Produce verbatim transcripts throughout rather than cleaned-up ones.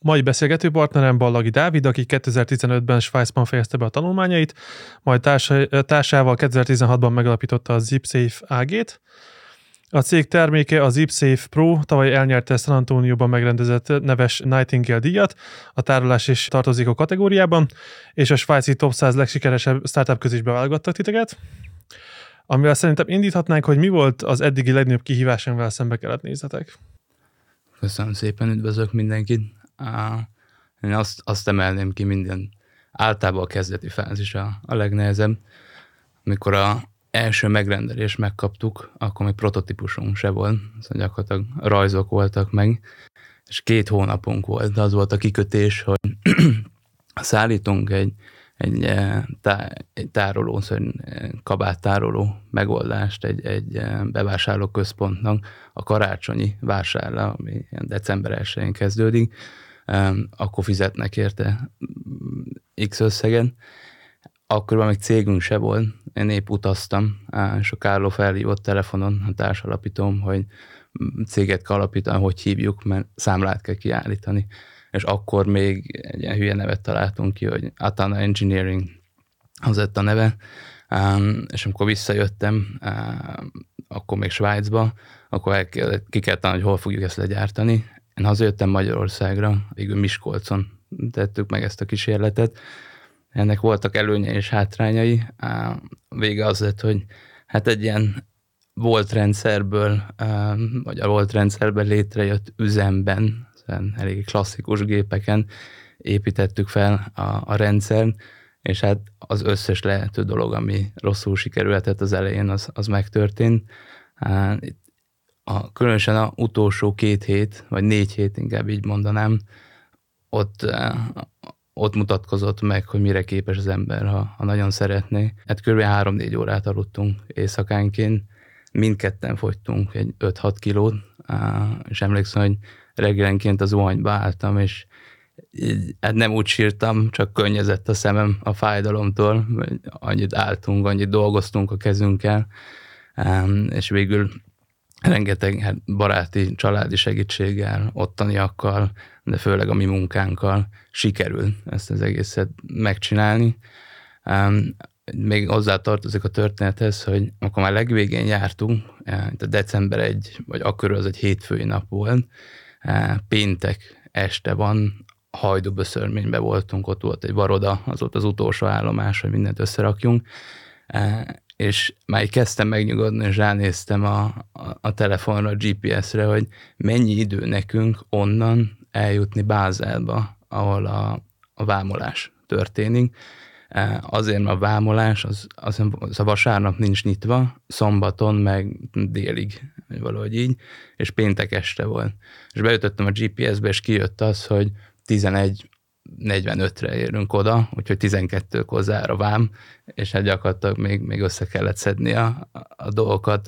Mai beszélgető partnerem Ballagi Dávid, aki kétezer-tizenötben Svájcban fejezte be a tanulmányait, majd társa, társával kétezer-tizenhatban megalapította a ZipSafe á gét. A cég terméke a ZipSafe Pro tavaly elnyerte San Antonióban megrendezett neves Nightingale díjat a tárolás és tartozékok kategóriában, és a svájci top száz legsikeresebb startup közé is beválogattak titeket. Amivel szerintem indíthatnánk, hogy mi volt az eddigi legnagyobb kihívás, amivel szembe kellett nézzetek. Köszönöm szépen, üdvözlök mindenkit. Én azt, azt emelném ki, minden általában a kezdeti fázis a, a legnehezebb. Amikor a első megrendelést megkaptuk, akkor még prototípusunk se volt, szóval gyakorlatilag rajzok voltak meg, és két hónapunk volt, de az volt a kikötés, hogy szállítunk egy, egy, tá, egy tároló, szóval kabáttároló megoldást egy, egy bevásárlóközpontnak a karácsonyi vásárra, ami december elsején kezdődik, akkor fizetnek érte X összegen. Akkor még cégünk se volt, én épp utaztam, és a Kárló felhívott telefonon, a társalapítom, hogy céget kell alapítani, hogy hívjuk, mert számlát kell kiállítani. És akkor még egy ilyen hülye nevet találtunk ki, hogy Atana Engineering, az lett a neve. És amikor visszajöttem, akkor még Svájcba, akkor ki kell találni, hogy hol fogjuk ezt legyártani. Én hazajöttem Magyarországra, végül Miskolcon tettük meg ezt a kísérletet. Ennek voltak előnyei és hátrányai. A vége az lett, hogy hát egy ilyen volt rendszerből, vagy a volt rendszerben létrejött üzemben, elég klasszikus gépeken építettük fel a, a rendszert, és hát az összes lehető dolog, ami rosszul sikerülhetett az elején, az, az megtörtént. A, különösen az utolsó két hét, vagy négy hét, inkább így mondanám, ott, ott mutatkozott meg, hogy mire képes az ember, ha, ha nagyon szeretné. Hát kb. három-négy órát aludtunk éjszakánként, mindketten fogytunk egy öt-hat kilót, és emlékszem, hogy reggelenként az zuhanyba álltam, és így, hát nem úgy sírtam, csak könnyezett a szemem a fájdalomtól, annyit álltunk, annyit dolgoztunk a kezünkkel, és végül rengeteg hát baráti, családi segítséggel, ottaniakkal, de főleg a mi munkánkkal sikerült ezt az egészet megcsinálni. Még hozzátartozik a történethez, hogy akkor már legvégén jártunk, a december elseje, vagy akkor az egy hétfői nap volt, péntek este van, Hajdúböszörményben voltunk, ott volt egy varoda, az volt az utolsó állomás, hogy mindent összerakjunk, és már így kezdtem megnyugodni, és ránéztem a, a, a telefonra, a gé pé es-re, hogy mennyi idő nekünk onnan eljutni Bázelba, ahol a, a vámolás történik. Azért, mert a vámolás, az, az, az a vasárnap nincs nyitva, szombaton meg délig, valahogy így, és péntek este volt. És beütöttem a gé pé es-be, és kijött az, hogy tizenegy negyvenötre érünk oda, úgyhogy tizenkettőkor zár a vám, és hát gyakorlatilag még, még össze kellett szedni a, a dolgokat.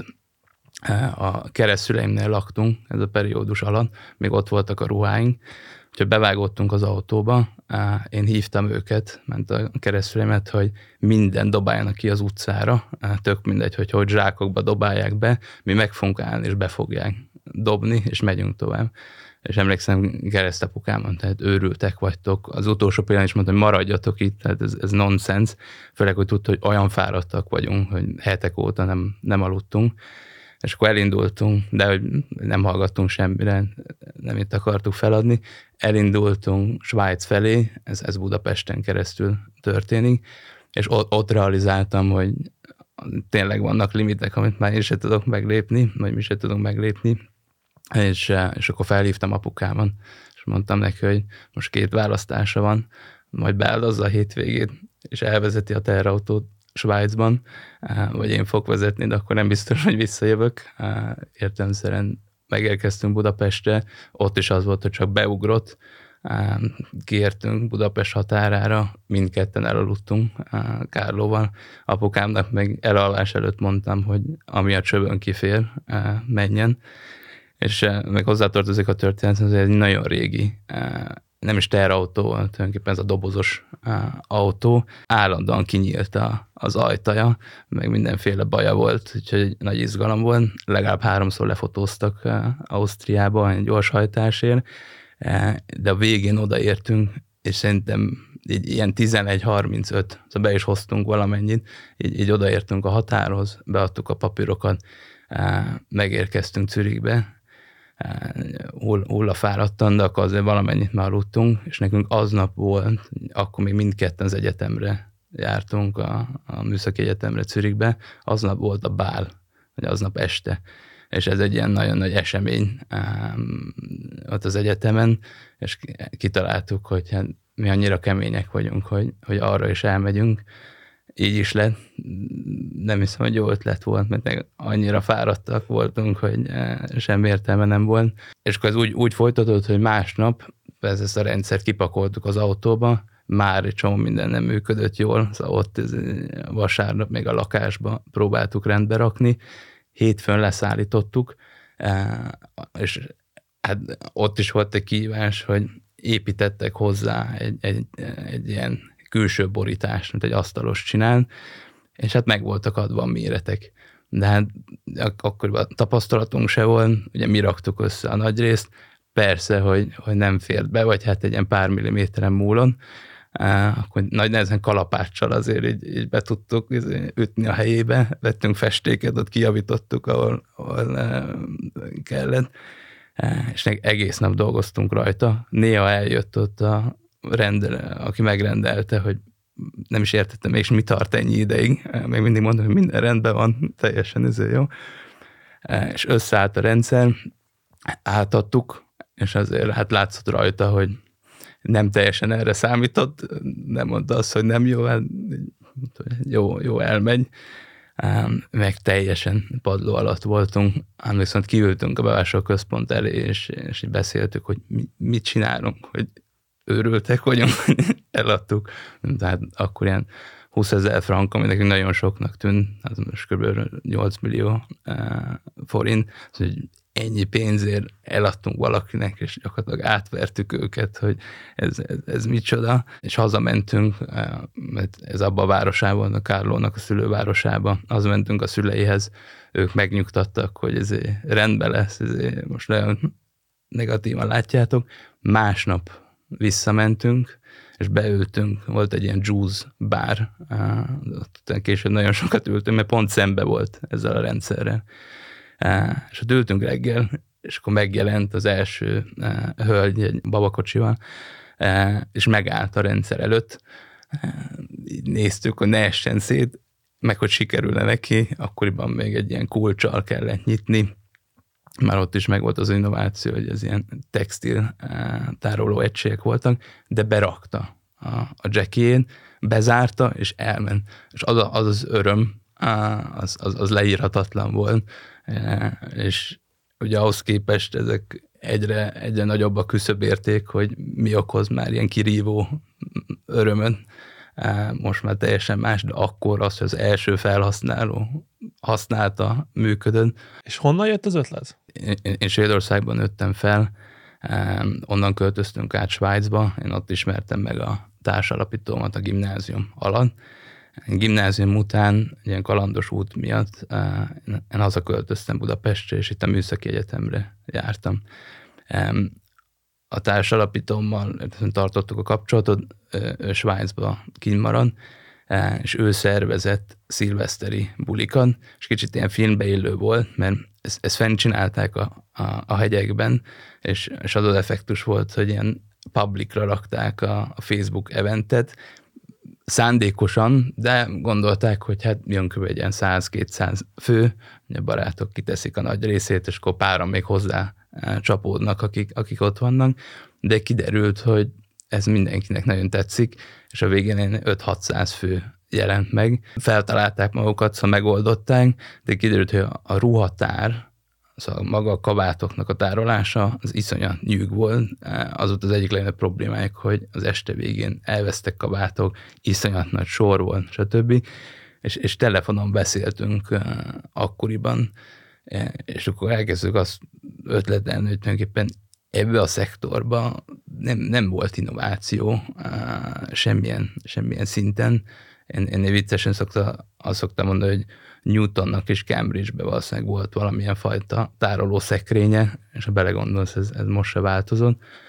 A keresztszüleimnél laktunk ez a periódus alatt, még ott voltak a ruháink, úgyhogy bevágottunk az autóba, én hívtam őket, ment a keresztszüleimet, hogy minden dobáljanak ki az utcára, tök mindegy, hogy hogy zsákokba dobálják be, mi meg fogunk állni, és be fogják dobni, és megyünk tovább. És emlékszem, keresztapukám mondta, tehát őrültek vagytok. Az utolsó pillanat is mondta, hogy maradjatok itt, tehát ez, ez nonsens. Főleg, hogy tudta, hogy olyan fáradtak vagyunk, hogy hetek óta nem, nem aludtunk. És akkor elindultunk, de hogy nem hallgattunk semmire, nem itt akartuk feladni. Elindultunk Svájc felé, ez, ez Budapesten keresztül történik, és ott, ott realizáltam, hogy tényleg vannak limitek, amit már én sem tudok meglépni, vagy mi sem tudunk meglépni. És, és akkor felhívtam apukámat, és mondtam neki, hogy most két választása van, majd beáldozza a hétvégét, és elvezeti a teherautót Svájcban, vagy én fogok vezetni, de akkor nem biztos, hogy visszajövök. Értelemszerűen megérkeztünk Budapestre, ott is az volt, hogy csak beugrott, kiértünk Budapest határára, mindketten elaludtunk Kárlóval. Apukámnak meg elalvás előtt mondtam, hogy ami a csövön kifér, menjen. És meg hozzátartozik a történet, ez egy nagyon régi, nem is teherautó, tulajdonképpen ez a dobozos autó, állandóan kinyílt az ajtaja, meg mindenféle baja volt, úgyhogy nagy izgalom volt. Legalább háromszor lefotóztak Ausztriába egy gyors hajtásért, de a végén odaértünk, és szerintem így ilyen tizenegy harmincöt, szóval be is hoztunk valamennyit, így, így odaértünk a határhoz, beadtuk a papírokat, megérkeztünk Zürichbe, hull, hullafáradtan, de akkor azért valamennyit már aludtunk, és nekünk aznap volt, akkor még mindketten az egyetemre jártunk, a, a Műszaki Egyetemre Zürichbe, aznap volt a bál, vagy aznap este, és ez egy ilyen nagyon nagy esemény um, ott az egyetemen, és kitaláltuk, hogy hát mi annyira kemények vagyunk, hogy, hogy arra is elmegyünk. Így is lett. Nem hiszem, hogy jó ötlet volt, mert annyira fáradtak voltunk, hogy semmi értelme nem volt. És akkor ez úgy, úgy folytatódott, hogy másnap ezt a rendszert kipakoltuk az autóba, már egy csomó minden nem működött jól, szóval ott ez, vasárnap még a lakásba próbáltuk rendbe rakni, hétfőn leszállítottuk, és hát ott is volt egy kihívás, hogy építettek hozzá egy, egy, egy ilyen külső borítást, mint egy asztalos csinál, és hát meg voltak adva a méretek. De hát akkor a tapasztalatunk se volt, ugye mi raktuk össze a nagy részt, persze, hogy, hogy nem fért be, vagy hát egy ilyen pár milliméteren múlon, akkor nagy nehezen kalapáccsal azért így, így be tudtuk ütni a helyébe, vettünk festéket, ott kijavítottuk, ahol, ahol kellett, és egész nap dolgoztunk rajta. Néha eljött ott a rendelő, aki megrendelte, hogy nem is értettem mégis, mi tart ennyi ideig. Még mindig mondom, hogy minden rendben van, teljesen ez jó. És összeállt a rendszer, átadtuk, és azért hát látszott rajta, hogy nem teljesen erre számított, nem mondta azt, hogy nem jó, hát jó, jó elmegy, meg teljesen padló alatt voltunk, ám viszont kiültünk a bevásárlóközpont elé, és, és így beszéltük, hogy mi, mit csinálunk, hogy őrültek vagyunk, eladtuk. Tehát akkor ilyen húszezer frank, ami nekünk nagyon soknak tűnt, az most kb. nyolc millió forint, hogy ennyi pénzért eladtunk valakinek, és gyakorlatilag átvertük őket, hogy ez, ez, ez micsoda, és hazamentünk, mert ez abban a városában, a Kárlónak a szülővárosába, hazamentünk a szüleihez, ők megnyugtattak, hogy ez rendben lesz, ez most nagyon negatívan látjátok. Másnap visszamentünk, és beültünk, volt egy ilyen juice bár, ott később nagyon sokat ültünk, mert pont szembe volt ezzel a rendszerrel. És ott ültünk reggel, és akkor megjelent az első hölgy egy babakocsival, és megállt a rendszer előtt. Így néztük, hogy ne essen szét, meg hogy sikerül-e neki, akkoriban még egy ilyen kulccsal kellett nyitni. Már ott is megvolt az innováció, hogy ez ilyen textil tároló egységek voltak, de berakta a, a jackién, bezárta, és elment. És az az, az öröm, az, az, az leírhatatlan volt, és ugye ahhoz képest ezek egyre, egyre nagyobb a küszöbérték, hogy mi okoz már ilyen kirívó örömön. Most már teljesen más, de akkor az, hogy az első felhasználó használta, működött. És honnan jött az ötlet? Én, én Svédországban nőttem fel, onnan költöztünk át Svájcba, én ott ismertem meg a társalapítómat a gimnázium alatt. Én gimnázium után, egy ilyen kalandos út miatt én hazaköltöztem Budapestre, és itt a Műszaki Egyetemre jártam. A társalapítómmal tartottuk a kapcsolatot, ő Svájcba kint marad, és ő szervezett szilveszteri bulikat, és kicsit ilyen filmbeillő volt, mert ezt, ezt fenn csinálták a, a, a hegyekben, és, és az az effektus volt, hogy ilyen publicra rakták a, a Facebook eventet, szándékosan, de gondolták, hogy hát jön kb. Egy ilyen száz-kétszáz fő, a barátok kiteszik a nagy részét, és akkor páran még hozzá csapódnak, akik, akik ott vannak, de kiderült, hogy ez mindenkinek nagyon tetszik, és a végén öt-hatszáz fő jelent meg. Feltalálták magukat, szóval megoldották, de kiderült, hogy a ruhatár, szóval maga a kabátoknak a tárolása az iszonyat nyűg volt. Az volt az egyik legnagyobb problémájuk, hogy az este végén elvesztek kabátok, iszonyat nagy sor volt, stb. És, és telefonon beszéltünk uh, akkoriban, és akkor elkezdtük azt ötletelni, hogy tulajdonképpen ebbe a szektorban nem, nem volt innováció uh, semmilyen, semmilyen szinten. Én, én viccesen szokta, azt szoktam mondani, hogy Newtonnak is Cambridge-be valószínűleg volt valamilyen fajta tároló szekrénye, és ha belegondolsz, ez, ez most se változott.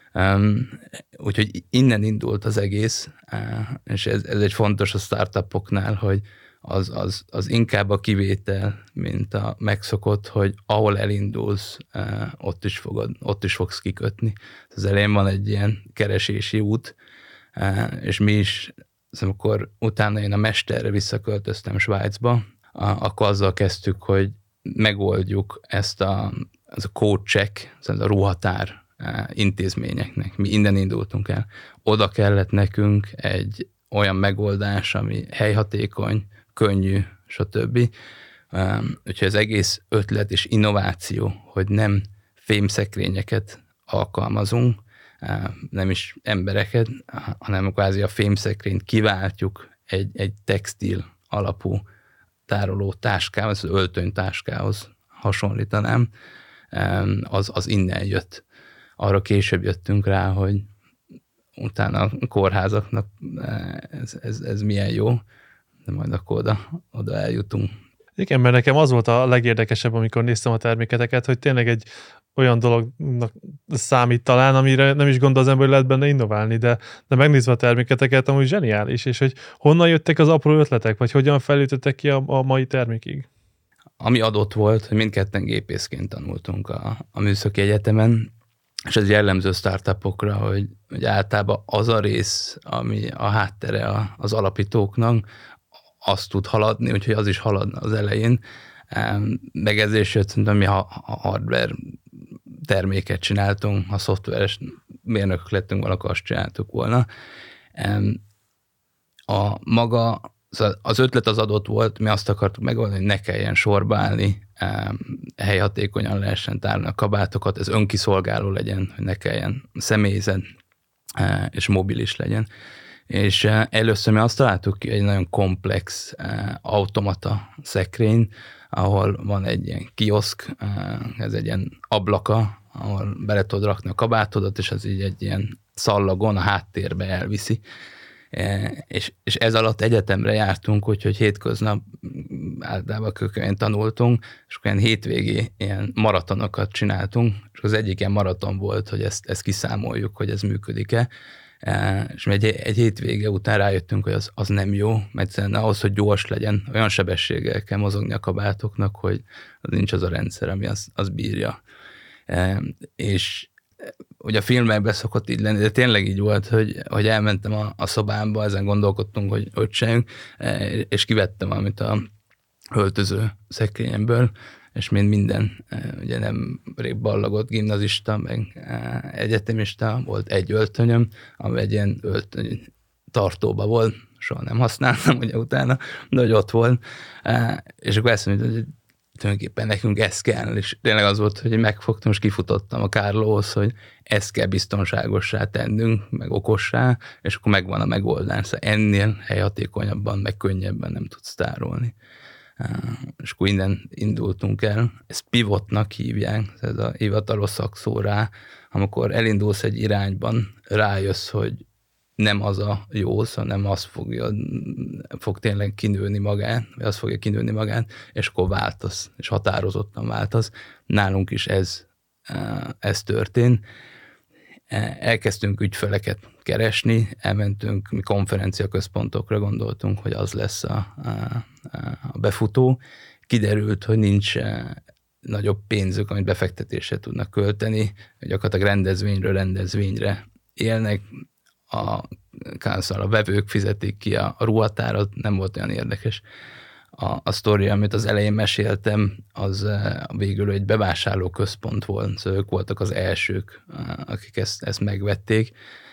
Um, úgyhogy innen indult az egész, uh, és ez, ez egy fontos a startupoknál, hogy az, az, az inkább a kivétel, mint a megszokott, hogy ahol elindulsz, uh, ott, is fogod, ott is fogsz kikötni. Az elején van egy ilyen keresési út, uh, és mi is, amikor utána én a mesterre visszaköltöztem Svájcba, uh, akkor azzal kezdtük, hogy megoldjuk ezt a, az a code check, ez a ruhatár intézményeknek. Mi innen indultunk el. Oda kellett nekünk egy olyan megoldás, ami helyhatékony, könnyű, stb. Úgyhogy az egész ötlet és innováció, hogy nem fémszekrényeket alkalmazunk, nem is embereket, hanem kvázi a fémszekrényt kiváltjuk egy, egy textil alapú tároló táskához, az öltönytáskához hasonlítanám, az, az innen jött. Arra később jöttünk rá, hogy utána a kórházaknak ez, ez, ez milyen jó, de majd akkor oda, oda eljutunk. Igen, mert nekem az volt a legérdekesebb, amikor néztem a terméketeket, hogy tényleg egy olyan dolognak számít talán, amire nem is gondol az ember, hogy lehet benne innoválni, de, de megnézve a terméketeket, amúgy zseniális, és hogy honnan jöttek az apró ötletek, vagy hogyan fejlődtek ki a, a mai termékig? Ami adott volt, hogy mindketten gépészként tanultunk a, a műszaki egyetemen, és ez jellemző startupokra, hogy, hogy általában az a rész, ami a háttere az alapítóknak, azt tud haladni, úgyhogy az is halad az elején. Meg ezért is jött, szerintem mi a hardware terméket csináltunk, ha szoftveres mérnökök lettünk, valakor azt csináltuk volna. A maga, az ötlet az adott volt, mi azt akartuk megoldani, hogy ne kelljen sorba állni, helyhatékonyan lehessen tárolni a kabátokat, ez önkiszolgáló legyen, hogy ne kelljen személyzet, és mobilis legyen. És először mi azt találtuk ki, egy nagyon komplex automata szekrény, ahol van egy ilyen kioszk, ez egy ilyen ablaka, ahol bele tudod rakni a kabátodat, és az így egy ilyen szallagon a háttérbe elviszi. És, és ez alatt egyetemre jártunk, úgyhogy hétköznap általában kőkönyvén tanultunk, és akkor ilyen hétvégi ilyen maratonokat csináltunk, és az egyik ilyen maraton volt, hogy ezt, ezt kiszámoljuk, hogy ez működik-e, és egy, egy hétvége után rájöttünk, hogy az, az nem jó, mert ahhoz, hogy gyors legyen, olyan sebességgel kell mozogni a kabátoknak, hogy az nincs az a rendszer, ami az, az bírja. És ugye a filmekben szokott így lenni, de tényleg így volt, hogy, hogy elmentem a, a szobámba, ezen gondolkodtunk, hogy hogy csináljunk, és kivettem amit a öltöző szekrényemből, és mint minden, ugye nem rég ballagott gimnazista, meg egyetemista, volt egy öltönyöm, ami egy ilyen öltöny tartóba volt, soha nem használtam ugye utána, de hogy ott volt, és akkor ezt mondtam, hogy tulajdonképpen nekünk ez kell, és tényleg az volt, hogy megfogtam, és kifutottam a Kárlóhoz, hogy ezt kell biztonságossá tennünk, meg okossá, és akkor megvan a megoldás. Szóval ennél helyhatékonyabban, meg könnyebben nem tudsz tárolni. És akkor innen indultunk el. Ezt pivotnak hívják, ez a hivatalos szakszó rá, amikor elindulsz egy irányban, rájössz, hogy nem az a jó, szóval nem az fogja, fog tényleg kinőni magát, vagy az fogja kinőni magát, és akkor váltasz, és határozottan váltasz. Nálunk is ez, ez történt. Elkezdtünk ügyfeleket keresni, elmentünk, mi konferenciaközpontokra gondoltunk, hogy az lesz a, a, a befutó. Kiderült, hogy nincs nagyobb pénzük, amit befektetésre tudnak költeni, hogy gyakorlatilag rendezvényről rendezvényre élnek, a, a vevők fizetik ki a, a ruhatárat, nem volt olyan érdekes. A, a sztori, amit az elején meséltem, az végül egy bevásárlóközpont volt, szóval ők voltak az elsők, akik ezt, ezt megvették.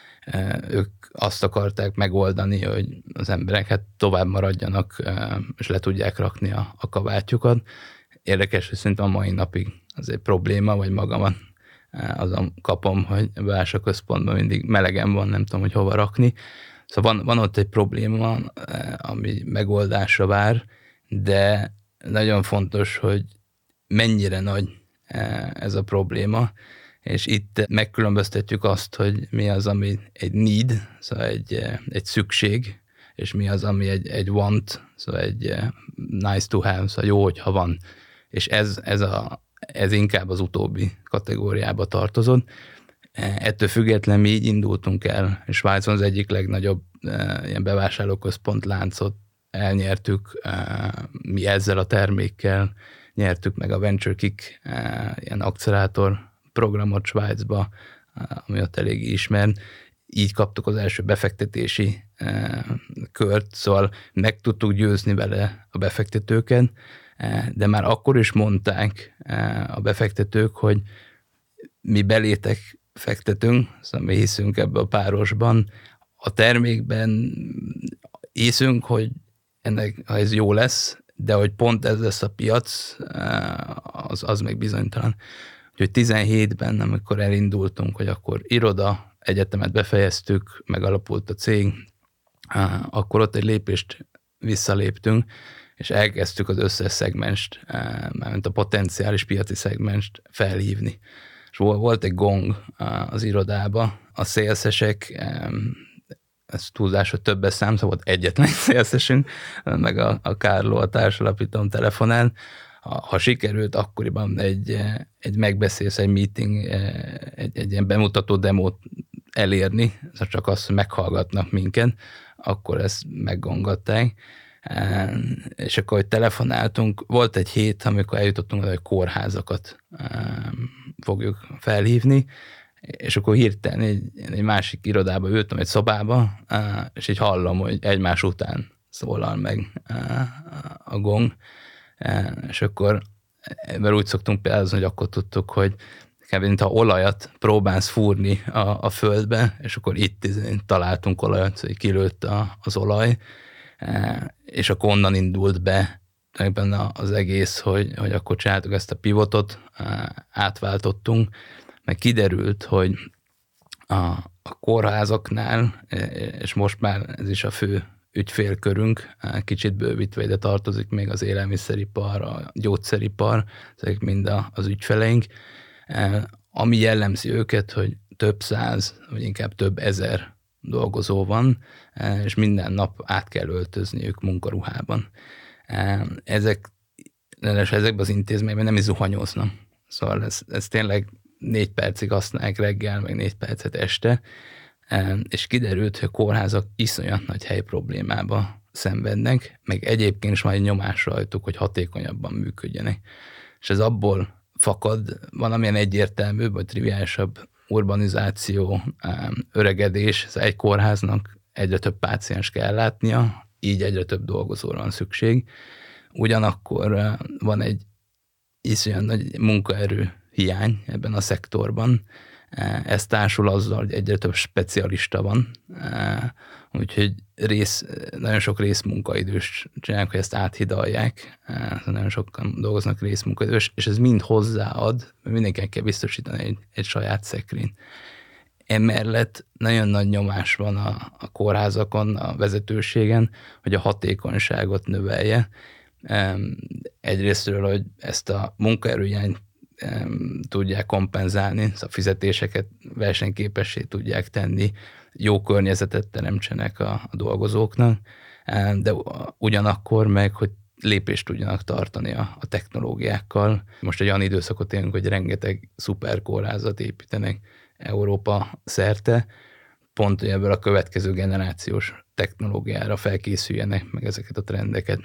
Ők azt akarták megoldani, hogy az emberek hát tovább maradjanak, és le tudják rakni a, a kabátjukat. Érdekes, hogy szerintem a mai napig az egy probléma, vagy magamat azon kapom, hogy a bevásárlóközpontban mindig melegen van, nem tudom, hogy hova rakni. Szóval van, van ott egy probléma, ami megoldásra vár, de nagyon fontos, hogy mennyire nagy ez a probléma, és itt megkülönböztetjük azt, hogy mi az, ami egy need, szóval egy, egy szükség, és mi az, ami egy, egy want, szóval egy nice to have, szóval jó, hogyha van. És ez, ez, a, ez inkább az utóbbi kategóriába tartozott, Ettől függetlenül mi így indultunk el, és Svájcon az egyik legnagyobb ilyen bevásárlóközpont láncot elnyertük, mi ezzel a termékkel nyertük meg a Venture Kick ilyen accelerátor programot Svájcba, ami ott elég ismert. Így kaptuk az első befektetési kört, szóval meg tudtuk győzni vele a befektetőket, de már akkor is mondták a befektetők, hogy mi belétek fektetünk, szóval mi hiszünk ebbe a párosban, a termékben hiszünk, hogy ennek, ha ez jó lesz, de hogy pont ez lesz a piac, az, az még bizonytalan. Úgyhogy tizenhétben, amikor elindultunk, hogy akkor iroda, egyetemet befejeztük, megalapult a cég, akkor ott egy lépést visszaléptünk, és elkezdtük az összes szegmenst, mármint a potenciális piaci szegmenst felhívni. És volt egy gong az irodába, a szélszesek, ez túlzás, hogy többes szám, szóval volt egyetlen szélszesünk, meg a, a Kárló, a társalapítom telefonál. Ha, ha sikerült, akkoriban egy, egy megbeszélsz, egy meeting, egy, egy ilyen bemutató demót elérni, csak azt, hogy meghallgatnak minket, akkor ezt meggongatták. És akkor, hogy telefonáltunk, volt egy hét, amikor eljutottunk, hogy kórházakat fogjuk felhívni, és akkor hirtelen egy, egy másik irodába ültem, egy szobába, és így hallom, hogy egymás után szólal meg a gong, és akkor, mert úgy szoktunk például, hogy akkor tudtuk, hogy mint ha olajat próbálsz fúrni a, a földbe, és akkor itt találtunk olajat, hogy kilőtt a, az olaj, és akkor onnan indult be az egész, hogy, hogy akkor csináltuk ezt a pivotot, átváltottunk, meg kiderült, hogy a, a kórházaknál, és most már ez is a fő ügyfélkörünk, kicsit bővítve ide tartozik még az élelmiszeripar, a gyógyszeripar, ezek mind az ügyfeleink, ami jellemzi őket, hogy több száz, vagy inkább több ezer dolgozó van, és minden nap át kell öltözniük munkaruhában. Ezek, ezekben az intézményben nem is zuhanyoznak. Szóval ez, ez tényleg négy percig használják reggel, meg négy percet este, és kiderült, hogy a kórházak iszonyat nagy hely problémába szenvednek, meg egyébként is majd nyomás rajtuk, hogy hatékonyabban működjenek. És ez abból fakad, valamilyen egyértelműbb, vagy triviálisabb urbanizáció, öregedés, ez egy kórháznak egyre több páciens kell ellátnia, így egyre több dolgozóra van szükség. Ugyanakkor van egy iszonyat nagy munkaerő hiány ebben a szektorban. Ez társul azzal, hogy egyre több specialista van, úgyhogy rész, nagyon sok részmunkaidős csinálják, hogy ezt áthidalják, nagyon sokan dolgoznak részmunkaidős, és ez mind hozzáad, mindenkinek kell biztosítani egy, egy saját szekrényt. Emellett nagyon nagy nyomás van a, a kórházakon, a vezetőségen, hogy a hatékonyságot növelje. Egyrésztről, hogy ezt a munkaerőhiányt tudják kompenzálni, a fizetéseket versenyképessé tudják tenni, jó környezetet teremtsenek a, a dolgozóknak, de ugyanakkor meg, hogy lépést tudjanak tartani a, a technológiákkal. Most egy olyan időszakot élünk, hogy rengeteg szuperkórházat építenek Európa szerte, pont, hogy ebből a következő generációs technológiára felkészüljenek, meg ezeket a trendeket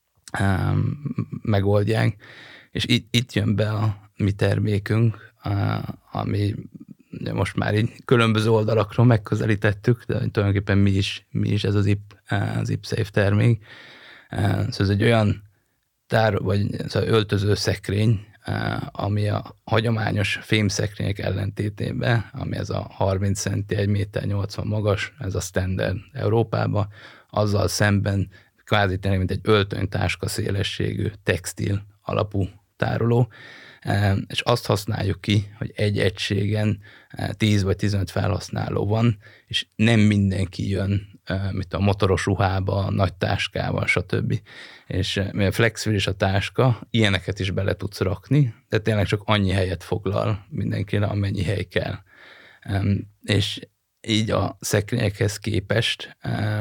um, megoldják. És itt, itt jön be a mi termékünk, ami most már így különböző oldalakról megközelítettük, de tulajdonképpen mi is, mi is ez az I P, az I P-Safe termék. Szóval ez egy olyan tár, vagy szóval öltöző szekrény, ami a hagyományos fémszekrények ellentétében, ami ez a harminc centi, egy méter nyolcvan magas, ez a standard Európában, azzal szemben kvázi tényleg, mint egy öltönytáska szélességű textil alapú tároló, és azt használjuk ki, hogy egy egységen tíz vagy tizenöt felhasználó van, és nem mindenki jön, mint a motoros ruhába, nagy táskával, stb. És mivel flexibilis a táska, ilyeneket is bele tudsz rakni, de tényleg csak annyi helyet foglal mindenkire, amennyi hely kell. És így a szekrényekhez képest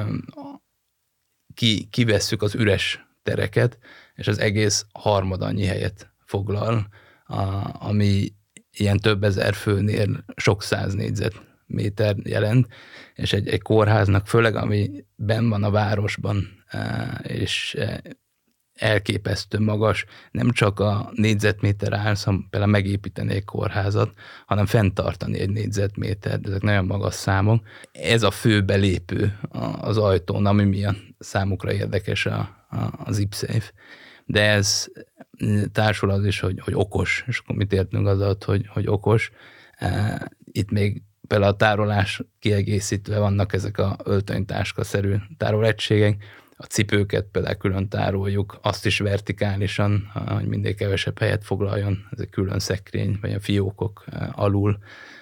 ki, kivesszük az üres tereket, és az egész harmad annyi helyet foglal, a, ami ilyen több ezer főnél sok száz négyzetméter jelent, és egy, egy kórháznak, főleg ami benn van a városban, és elképesztő magas, nem csak a négyzetméter árszám, például megépíteni egy kórházat, hanem fenntartani egy négyzetmétert, ezek nagyon magas számok. Ez a fő belépő az ajtón, ami miatt számukra érdekes a, a, az ZipSafe. De ez társul az is, hogy, hogy okos, és akkor mit értünk az alatt, hogy, hogy okos. Itt még például a tárolás kiegészítve vannak ezek a öltönytáska-szerű tárolegységek, a cipőket például külön tároljuk, azt is vertikálisan, hogy mindig kevesebb helyet foglaljon, ez egy külön szekrény, vagy a fiókok alul.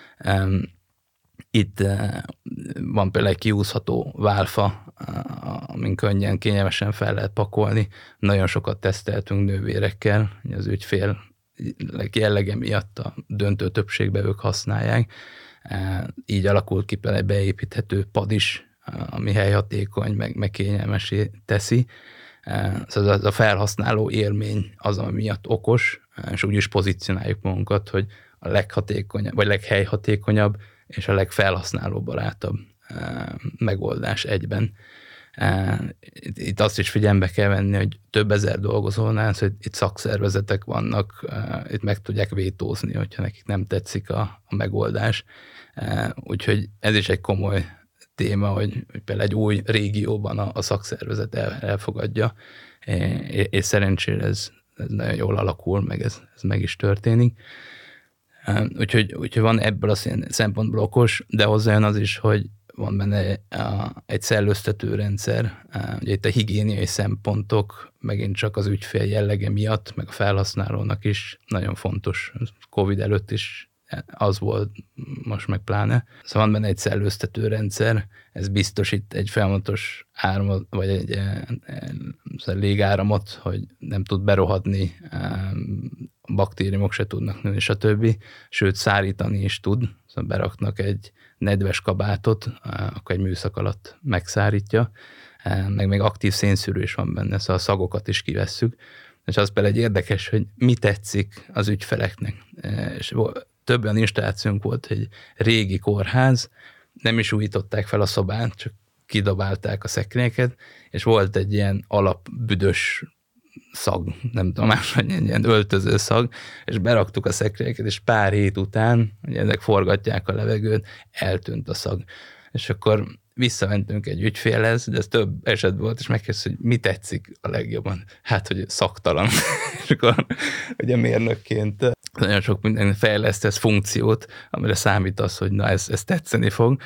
Itt van például egy kiúszható válfa, amin könnyen, kényelmesen fel lehet pakolni. Nagyon sokat teszteltünk nővérekkel, az ügyfél jellege miatt a döntő többségben ők használják. Így alakult ki például egy beépíthető pad is, ami helyhatékony, meg, meg kényelmesé teszi. Szóval az a felhasználó élmény az, ami miatt okos, és úgy is pozícionáljuk magunkat, hogy a leghatékonyabb, vagy leghelyhatékonyabb, és a legfelhasználóbarátabb megoldás egyben. Itt azt is figyelembe kell venni, hogy több ezer dolgozónál, hogy itt szakszervezetek vannak, itt meg tudják vétózni, hogyha nekik nem tetszik a, a megoldás. Úgyhogy ez is egy komoly téma, hogy, hogy például egy új régióban a, a szakszervezet el, elfogadja, és, és szerencsére ez, ez nagyon jól alakul, meg ez, ez meg is történik. Úgyhogy, úgyhogy van ebből a szempontból okos, de hozzájön az is, hogy van benne egy szellőztető rendszer, ugye itt a higiéniai szempontok megint csak az ügyfél jellege miatt, meg a felhasználónak is nagyon fontos. Covid előtt is az volt, most meg pláne. Szóval van benne egy szellőztető rendszer, ez biztosít egy folyamatos áramot, vagy egy, egy légáramot, hogy nem tud berohadni, a baktériumok se tudnak nőni, stb. Sőt, szárítani is tud. Szóval beraknak egy nedves kabátot, akkor egy műszak alatt megszárítja, meg még aktív szénszűrő is van benne, szóval a szagokat is kivesszük. És az például egy érdekes, hogy mi tetszik az ügyfeleknek. És több olyan installációnk volt, hogy régi kórház, nem is újították fel a szobát, csak kidobálták a szekrényeket, és volt egy ilyen alapbüdös szag, nem tudom más, hogy egy ilyen öltöző szag, és beraktuk a szekrényeket, és pár hét után, ugye ezek forgatják a levegőt, eltűnt a szag. És akkor visszamentünk egy ügyfélhez, de ez több eset volt, és megkérdeztük, hogy mi tetszik a legjobban. Hát, hogy szaktalan. És akkor ugye mérnökként nagyon sok minden fejlesztesz funkciót, amire számít az, hogy na ez, ez tetszeni fog,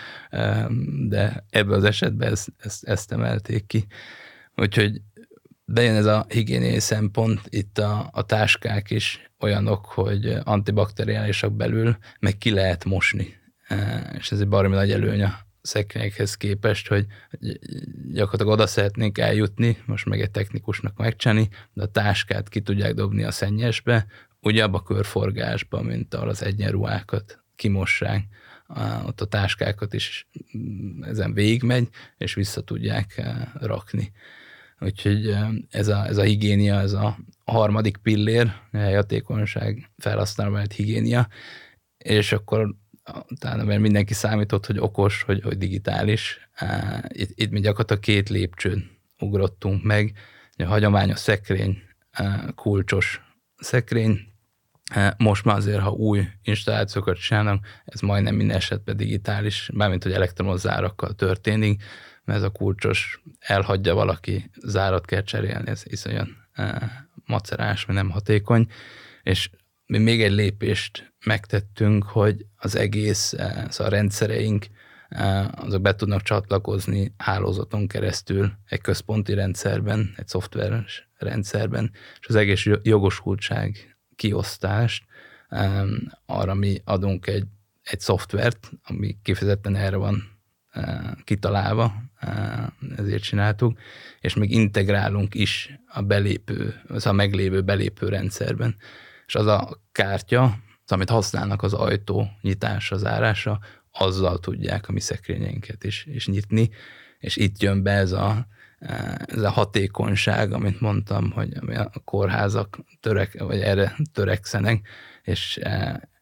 de ebből az esetben ezt, ezt, ezt emelték ki. Úgyhogy bejön ez a higiéniai szempont, itt a, a táskák is olyanok, hogy antibakteriálisak belül, meg ki lehet mosni. És ez egy baromi nagy előny a szekrényekhez képest, hogy gyakorlatilag oda szeretnénk eljutni, most meg egy technikusnak megcsinálni, de a táskát ki tudják dobni a szennyesbe, ugye abba a körforgásba, mint ahol az egyenruhákat kimossák, ott a táskákat is ezen végigmegy, és vissza tudják rakni. Úgyhogy ez a, ez a higiénia, ez a harmadik pillér, helyhatékonyság, felhasználóbarát higiénia, és akkor utána, mert mindenki számított, hogy okos, hogy, hogy digitális. Itt, itt mi gyakorlatilag két lépcsőn ugrottunk meg. A hagyományos szekrény, kulcsos szekrény. Most már azért, ha új installációkat csinálnak, ez majdnem minden esetben digitális, bármint, hogy elektromos zárakkal történik, mert ez a kulcsos elhagyja valaki, zárat kell cserélni, ez iszonyan macerás, mert nem hatékony, és mi még egy lépést megtettünk, hogy az egész, szóval a rendszereink, azok be tudnak csatlakozni hálózaton keresztül egy központi rendszerben, egy szoftveres rendszerben, és az egész jogosultság kiosztást, arra mi adunk egy, egy szoftvert, ami kifejezetten erre van kitalálva, ezért csináltuk, és még integrálunk is a belépő, az a meglévő belépő rendszerben. És az a kártya, az, amit használnak az ajtó nyitása, zárása, azzal tudják a mi szekrényeinket is, is nyitni, és itt jön be ez a, ez a hatékonyság, amit mondtam, hogy a kórházak törek, vagy erre törekszenek, és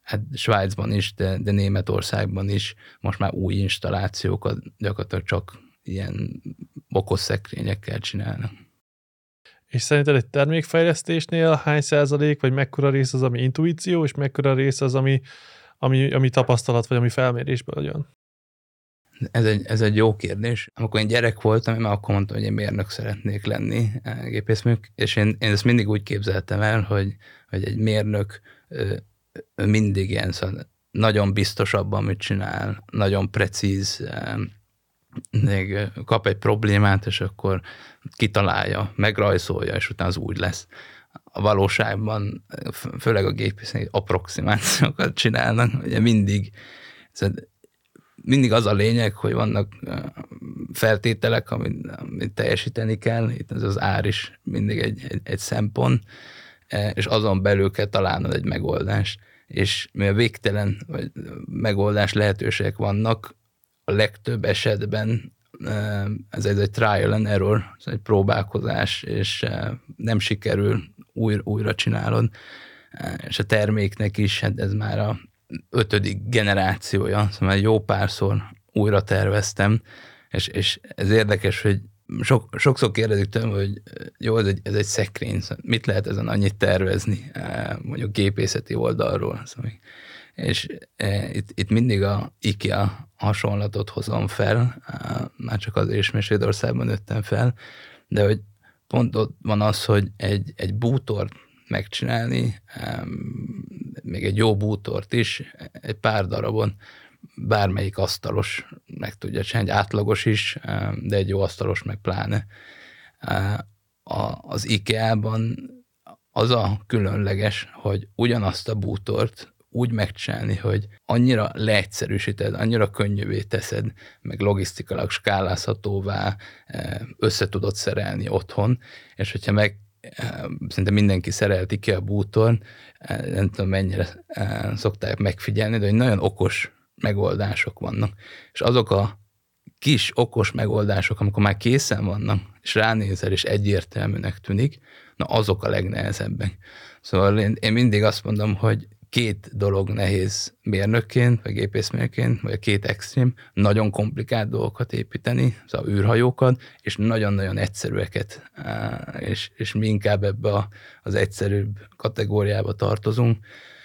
hát Svájcban is, de, de Németországban is most már új installációkat gyakorlatilag csak ilyen okos szekrényekkel csinálnak. És szerinted egy termékfejlesztésnél hány százalék, vagy mekkora rész az, ami intuíció, és mekkora rész az, ami, ami, ami tapasztalat, vagy ami felmérésből jön? Ez egy, ez egy jó kérdés. Amikor én gyerek voltam, én már akkor mondtam, hogy én mérnök szeretnék lenni, gépészmérnök, és én, én ezt mindig úgy képzeltem el, hogy, hogy egy mérnök mindig ilyen szóval nagyon biztos abban, amit csinál, nagyon precíz, még kap egy problémát, és akkor kitalálja, megrajzolja, és utána az úgy lesz. A valóságban, főleg a gépészek approximációkat csinálnak, ugye mindig, mindig az a lényeg, hogy vannak feltételek, amit, amit teljesíteni kell, itt az, az ár is mindig egy, egy, egy szempont, és azon belül kell találnod egy megoldást. És mivel végtelen vagy megoldás lehetőségek vannak, a legtöbb esetben ez egy trial and error, ez egy próbálkozás, és nem sikerül, újra, újra csinálod. És a terméknek is, hát ez már a ötödik generációja, szóval jó párszor újra terveztem, és, és ez érdekes, hogy Sok, sokszor kérdezik tőlem, hogy jó, ez egy, ez egy szekrény, szóval mit lehet ezen annyit tervezni, mondjuk gépészeti oldalról. Szóval. És e, itt, itt mindig a IKEA hasonlatot hozom fel, e, már csak azért is, mert Svédországban nőttem fel, de hogy pont ott van az, hogy egy, egy bútort megcsinálni, e, még egy jó bútort is, egy pár darabon, bármelyik asztalos meg tudja csinálni, egy átlagos is, de egy jó asztalos meg pláne. Az IKEA-ban az a különleges, hogy ugyanazt a bútort úgy megcsinálni, hogy annyira leegyszerűsíted, annyira könnyűvé teszed, meg logisztikailag skálázhatóvá össze tudod szerelni otthon, és hogyha meg szinte mindenki szerelt IKEA bútor, nem tudom mennyire szokták megfigyelni, de hogy nagyon okos megoldások vannak. És azok a kis okos megoldások, amikor már készen vannak, és ránézel, és egyértelműnek tűnik, na azok a legnehezebbek. Szóval én, én mindig azt mondom, hogy két dolog nehéz mérnökként, vagy gépészmérnökként, vagy a két extrém, nagyon komplikált dolgokat építeni, szóval űrhajókat, és nagyon-nagyon egyszerűeket, és, és mi inkább ebbe a, az egyszerűbb kategóriába tartozunk.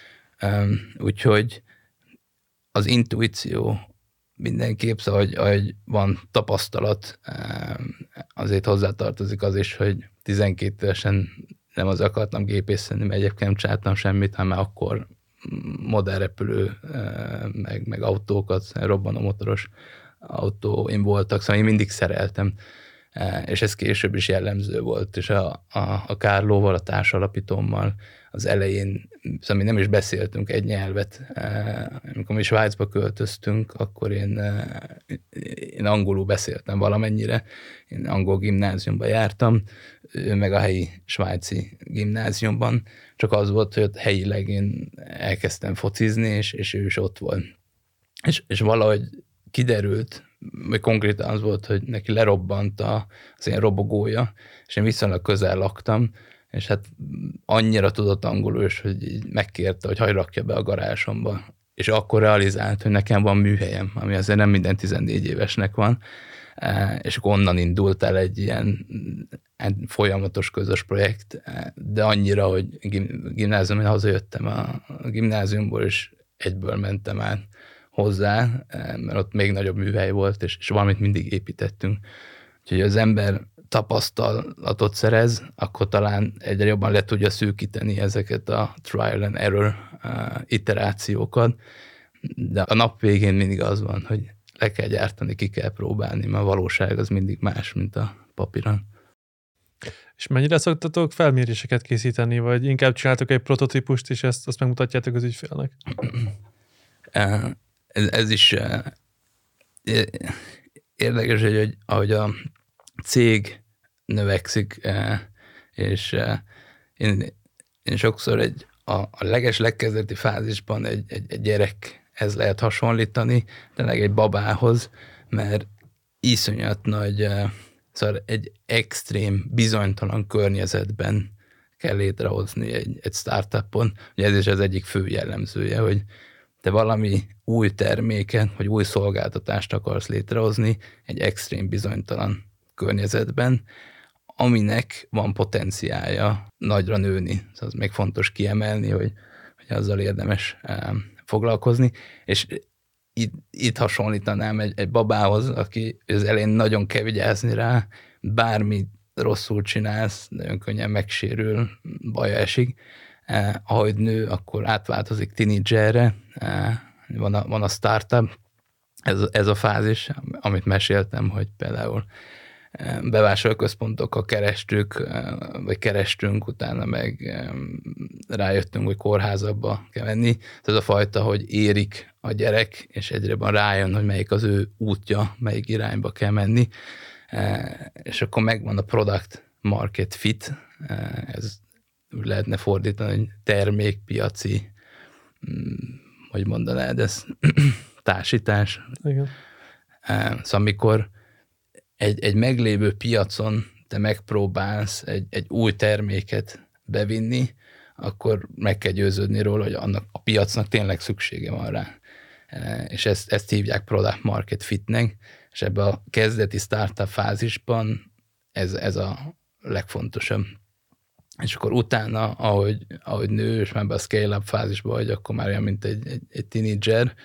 Úgyhogy az intuíció mindenképp, szóval, hogy, hogy van tapasztalat, azért hozzátartozik az is, hogy tizenkét évesen nem az akartam gépészni, mert egyébként nem csináltam semmit, hanem már akkor modern repülő, meg, meg autókat, robbanómotoros autóim voltak, szóval én mindig szereltem, és ez később is jellemző volt, és a, a, a Kárlóval, a társalapítómmal az elején, szóval mi nem is beszéltünk egy nyelvet. Amikor mi Svájcba költöztünk, akkor én, én angolul beszéltem valamennyire. Én angol gimnáziumba jártam, ő meg a helyi svájci gimnáziumban. Csak az volt, hogy ott helyileg én elkezdtem focizni, és, és ő is ott volt. És, és valahogy kiderült, vagy konkrétan az volt, hogy neki lerobbant az ilyen robogója, és én viszonylag közel laktam, és hát annyira tudott angolul, hogy így megkérte, hogy hagyj rakja be a garázsomba. És akkor realizált, hogy nekem van műhelyem, ami azért nem minden tizennégy évesnek van, és akkor onnan indult el egy ilyen folyamatos közös projekt, de annyira, hogy gimnáziumban hazajöttem a gimnáziumból, és egyből mentem át hozzá, mert ott még nagyobb műhely volt, és, és valamit mindig építettünk. Úgyhogy az ember tapasztalatot szerez, akkor talán egyre jobban le tudja szűkíteni ezeket a trial and error iterációkat, de a nap végén mindig az van, hogy le kell gyártani, ki kell próbálni, mert a valóság az mindig más, mint a papíron. És mennyire szoktatok felméréseket készíteni, vagy inkább csináltok egy prototípust, és ezt azt megmutatjátok az ügyfélnek? Ez, ez is érdekes, hogy, hogy ahogy a cég növekszik, és én, én sokszor egy, a, a leges legkezdeti fázisban egy, egy, egy gyerekhez lehet hasonlítani, tényleg egy babához, mert iszonyat nagy, szóval egy extrém, bizonytalan környezetben kell létrehozni egy, egy startupon. Ugye ez is az egyik fő jellemzője, hogy te valami új terméket, vagy új szolgáltatást akarsz létrehozni egy extrém bizonytalan környezetben, aminek van potenciálja nagyra nőni. Szóval az még fontos kiemelni, hogy, hogy azzal érdemes foglalkozni, és itt, itt hasonlítanám egy, egy babához, aki az elején nagyon kell vigyázni rá, bármi rosszul csinálsz, nagyon könnyen megsérül, baja esik. Eh, ahogy nő, akkor átváltozik tínédzserre, eh, van, a, van a startup, ez, ez a fázis, amit meséltem, hogy például eh, bevásárlóközpontokkal kerestük, eh, vagy kerestünk, utána meg eh, rájöttünk, hogy kórházakba kell menni. Ez a fajta, hogy érik a gyerek, és egyre van rájön, hogy melyik az ő útja, melyik irányba kell menni, eh, és akkor megvan a product market fit, eh, ez úgy lehetne fordítani, hogy termékpiaci, hogy mondanád, ez társítás. Igen. Szóval amikor egy, egy meglévő piacon te megpróbálsz egy, egy új terméket bevinni, akkor meg kell győződni róla, hogy annak a piacnak tényleg szüksége van rá. És ezt, ezt hívják product market fitnek, és ebben a kezdeti startup fázisban ez, ez a legfontosabb. És akkor utána, ahogy, ahogy nő, és már be a scale-up fázisba vagy, akkor már olyan, mint egy, egy, egy tínédzser,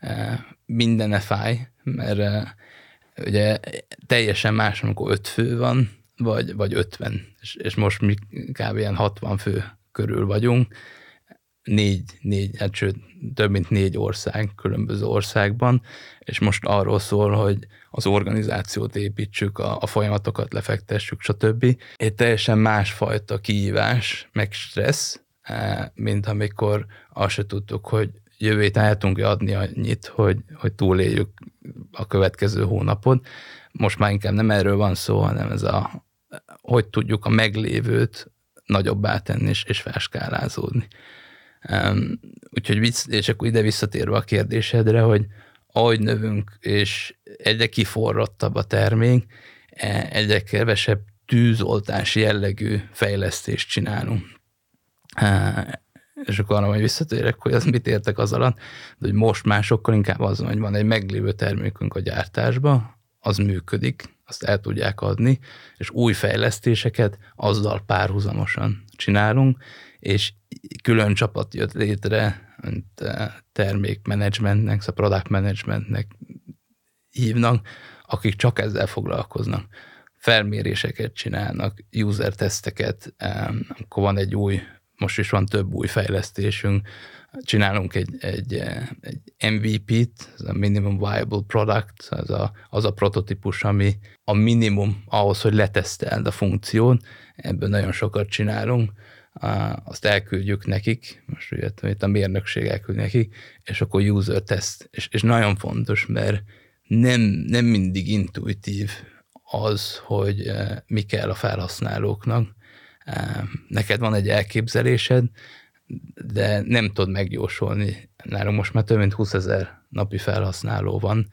mindene fáj, mert ugye teljesen más, amikor öt fő van, vagy, vagy ötven, és, és most mi kb. Ilyen hatvan fő körül vagyunk, négy, négy, hát sőt, több mint négy ország, különböző országban, és most arról szól, hogy az organizációt építsük, a, a folyamatokat lefektessük, stb. Egy teljesen másfajta kihívás, meg stressz, mint amikor azt se tudtuk, hogy jövő héten el tudunk adni annyit, hogy, hogy túléljük a következő hónapot. Most már inkább nem erről van szó, hanem ez a, hogy tudjuk a meglévőt nagyobbá tenni és, és felskálázódni. Um, úgyhogy vicc, és akkor ide visszatérve a kérdésedre, hogy ahogy növünk, és egyre kiforrottabb a termék, egyre kevesebb tűzoltási jellegű fejlesztést csinálunk. Uh, és akkor arra majd visszatérek, hogy az mit értek az alatt, de hogy most már sokkal inkább az, hogy van egy meglévő termékünk a gyártásban, az működik, azt el tudják adni, és új fejlesztéseket azzal párhuzamosan csinálunk, és külön csapat jött létre, mint termékmenedzsmentnek, szóval product managementnek hívnak, akik csak ezzel foglalkoznak. Felméréseket csinálnak, user teszteket, akkor van egy új, most is van több új fejlesztésünk, csinálunk egy, egy, egy em vé pét, ez a Minimum Viable Product, az a, az a prototípus, ami a minimum ahhoz, hogy leteszteld a funkciót, ebből nagyon sokat csinálunk, azt elküldjük nekik, most ugye itt a mérnökség elküld nekik, és akkor user test, és, és nagyon fontos, mert nem, nem mindig intuitív az, hogy mi kell a felhasználóknak. Neked van egy elképzelésed, de nem tudod megjósolni. Nálunk most már több mint húszezer napi felhasználó van.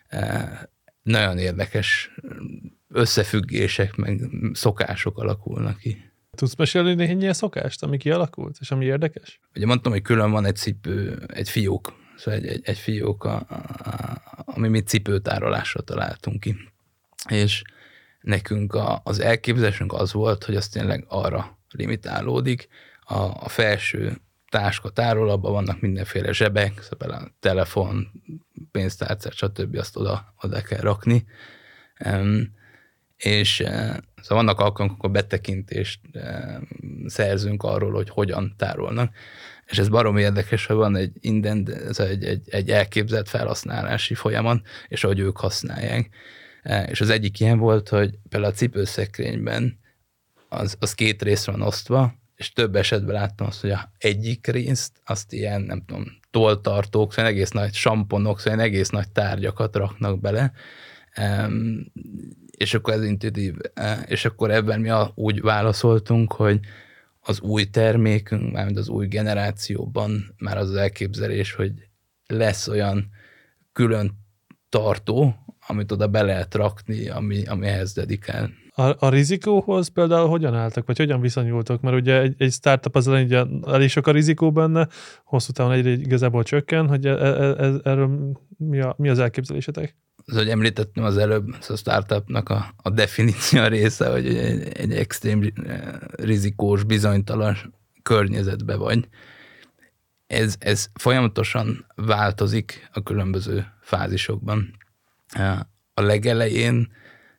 Nagyon érdekes összefüggések, meg szokások alakulnak ki. Tudsz mesélni néhány ilyen szokást, ami kialakult, és ami érdekes? Ugye mondtam, hogy külön van egy cipő, egy fiók, szóval egy, egy, egy fiók, a, a, ami mi cipőtárolásra találtunk ki. És nekünk a, az elképzelésünk az volt, hogy az tényleg arra limitálódik. A, a felső táska tárolóban vannak mindenféle zsebek, szóval a telefon, pénztárcát, stb. Azt oda, oda kell rakni. Um, és szóval vannak alkalmak, akkor betekintést szerzünk arról, hogy hogyan tárolnak. És ez barom érdekes, hogy van egy inden, ez egy, egy, egy elképzelt felhasználási folyamat, és ahogy ők használják. És az egyik ilyen volt, hogy például a cipőszekrényben az, az két részre van osztva, és több esetben láttam azt, hogy a egyik részt, azt ilyen, nem tudom, tolltartók, szóval egész nagy samponok, szóval egész nagy tárgyakat raknak bele, Um, és akkor ez intuitív, és akkor ebben mi úgy válaszoltunk, hogy az új termékünk, mármint az új generációban már az, az elképzelés, hogy lesz olyan külön tartó, amit oda be lehet rakni, ami, ami ehhez dedikál. A, a rizikóhoz például hogyan álltak, vagy hogyan viszonyultok? Mert ugye egy, egy startup az elég, elég sok a rizikó benne, hosszú távon egyre igazából csökken, hogy e, e, e, erről mi, a, mi az elképzelésetek? Az, hogy említettem az előbb, az a startupnak a, a definíció része, hogy egy, egy extrém rizikós, bizonytalan környezetbe vagy. Ez, ez folyamatosan változik a különböző fázisokban. A legelején,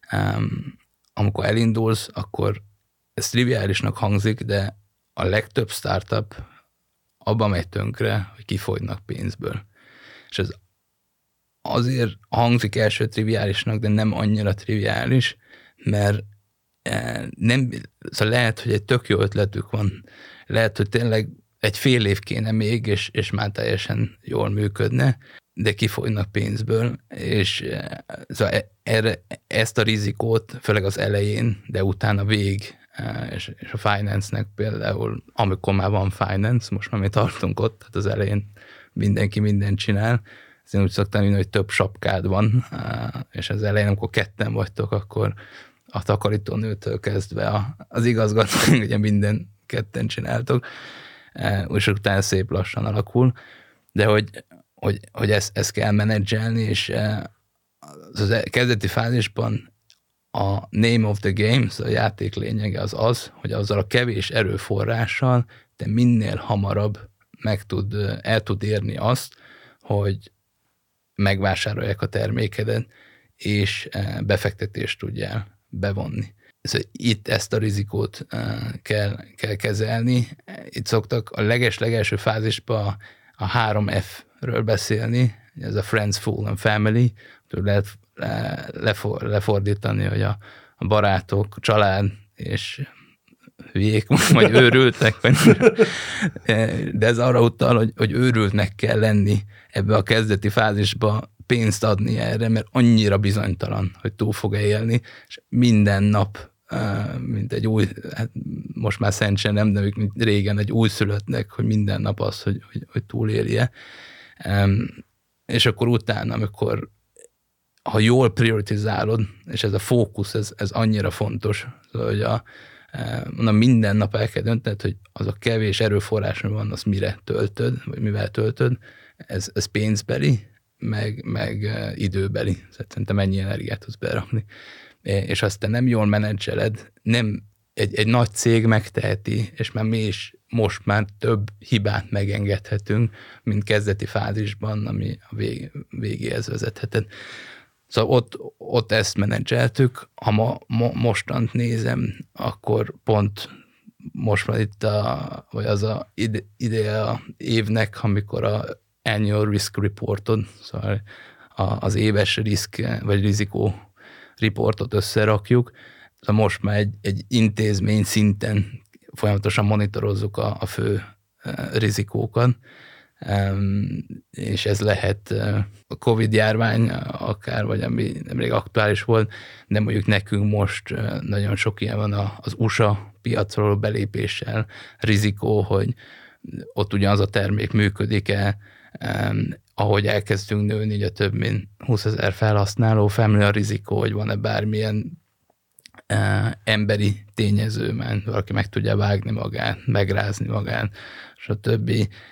amikor elindulsz, akkor ez triviálisnak hangzik, de a legtöbb startup abban megy tönkre, hogy kifogynak pénzből. És ez azért hangzik első triviálisnak, de nem annyira triviális, mert nem, szóval lehet, hogy egy tök jó ötletük van, lehet, hogy tényleg egy fél év kéne még, és, és már teljesen jól működne, de kifogynak pénzből, és szóval erre, ezt a rizikót, főleg az elején, de utána végig, és, és a finance-nek például, amikor már van finance, most már mi tartunk ott, tehát az elején mindenki mindent csinál, én úgy szoktam mondani, hogy több sapkád van, és az elején, amikor ketten vagytok, akkor a takarítónőtől kezdve az igazgató, ugye minden ketten csináltok, és utána szép lassan alakul, de hogy, hogy, hogy ezt, ezt kell menedzselni, és az kezdeti fázisban a name of the game, a játék lényege az az, hogy azzal a kevés erőforrással te minél hamarabb meg tud, el tud érni azt, hogy megvásárolják a termékedet, és befektetést tudjál bevonni. Szóval itt ezt a rizikót kell, kell kezelni. Itt szoktak a leges-legelső fázisban a három F-ről beszélni, ez a Friends, Fool and Family, lehet lefor, lefordítani, hogy a, a barátok, család és hülyék, vagy őrültek, de ez arra utal, hogy, hogy őrültnek kell lenni ebbe a kezdeti fázisba, pénzt adni erre, mert annyira bizonytalan, hogy túl fog-e élni, és minden nap, mint egy új, hát most már szentsen nem, de mint régen egy újszülöttnek, hogy minden nap az, hogy, hogy, hogy túlélje. És akkor utána, amikor ha jól prioritizálod, és ez a fókusz, ez, ez annyira fontos, hogy a, mondom, minden nap el kell döntened, hogy az a kevés erőforrás, ami van, azt mire töltöd, vagy mivel töltöd, ez, ez pénzbeli, meg, meg időbeli. Szerintem mennyi energiát tudsz berakni. És azt te nem jól menedzseled, nem egy, egy nagy cég megteheti, és már mi is most már több hibát megengedhetünk, mint kezdeti fázisban, ami a vég, végéhez vezethetett. Szóval ott, ott ezt menedzseltük. Ha ma, mo, mostant nézem, akkor pont most van itt a, vagy az a ide, ide a évnek, amikor a annual risk reportod, szóval a, az éves risk vagy rizikó reportot összerakjuk. Szóval most már egy, egy intézmény szinten folyamatosan monitorozzuk a, a fő rizikókat, és ez lehet a Covid-járvány akár, vagy ami nemrég aktuális volt, de mondjuk nekünk most nagyon sok ilyen van az u es á piacról belépéssel rizikó, hogy ott ugyanaz a termék működik-e, ahogy elkezdtünk nőni, ugye több mint húszezer felhasználó, felmerül a rizikó, hogy van-e bármilyen emberi tényező, mert valaki meg tudja vágni magát, megrázni magát, stb.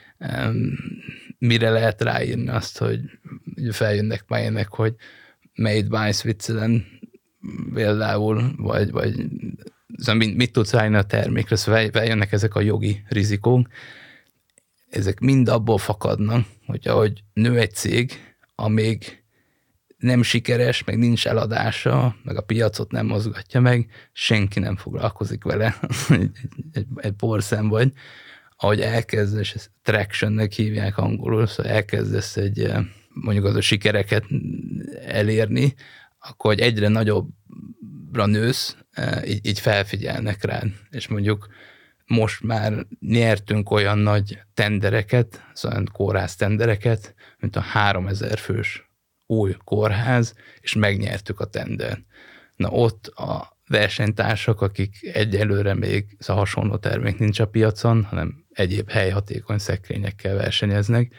Mire lehet ráírni azt, hogy feljönnek már ilyenek, hogy made by Switzerland például, vagy, vagy szóval mit, mit tudsz ráírni a termékre, szóval feljönnek ezek a jogi rizikók. Ezek mind abból fakadnak, hogy ahogy nő egy cég, amíg nem sikeres, meg nincs eladása, meg a piacot nem mozgatja meg, senki nem foglalkozik vele, egy, egy, egy porszem vagy. Ahogy elkezdesz, ezt tractionnek hívják angolul, szóval elkezdesz egy, mondjuk az a sikereket elérni, akkor hogy egyre nagyobbra nősz, így, így felfigyelnek rád. És mondjuk most már nyertünk olyan nagy tendereket, szóval kórház tendereket, mint a háromezer fős új kórház, és megnyertük a tendert. Na ott a versenytársak, akik egyelőre még szóval hasonló termék nincs a piacon, hanem egyéb helyhatékony szekrényekkel versenyeznek,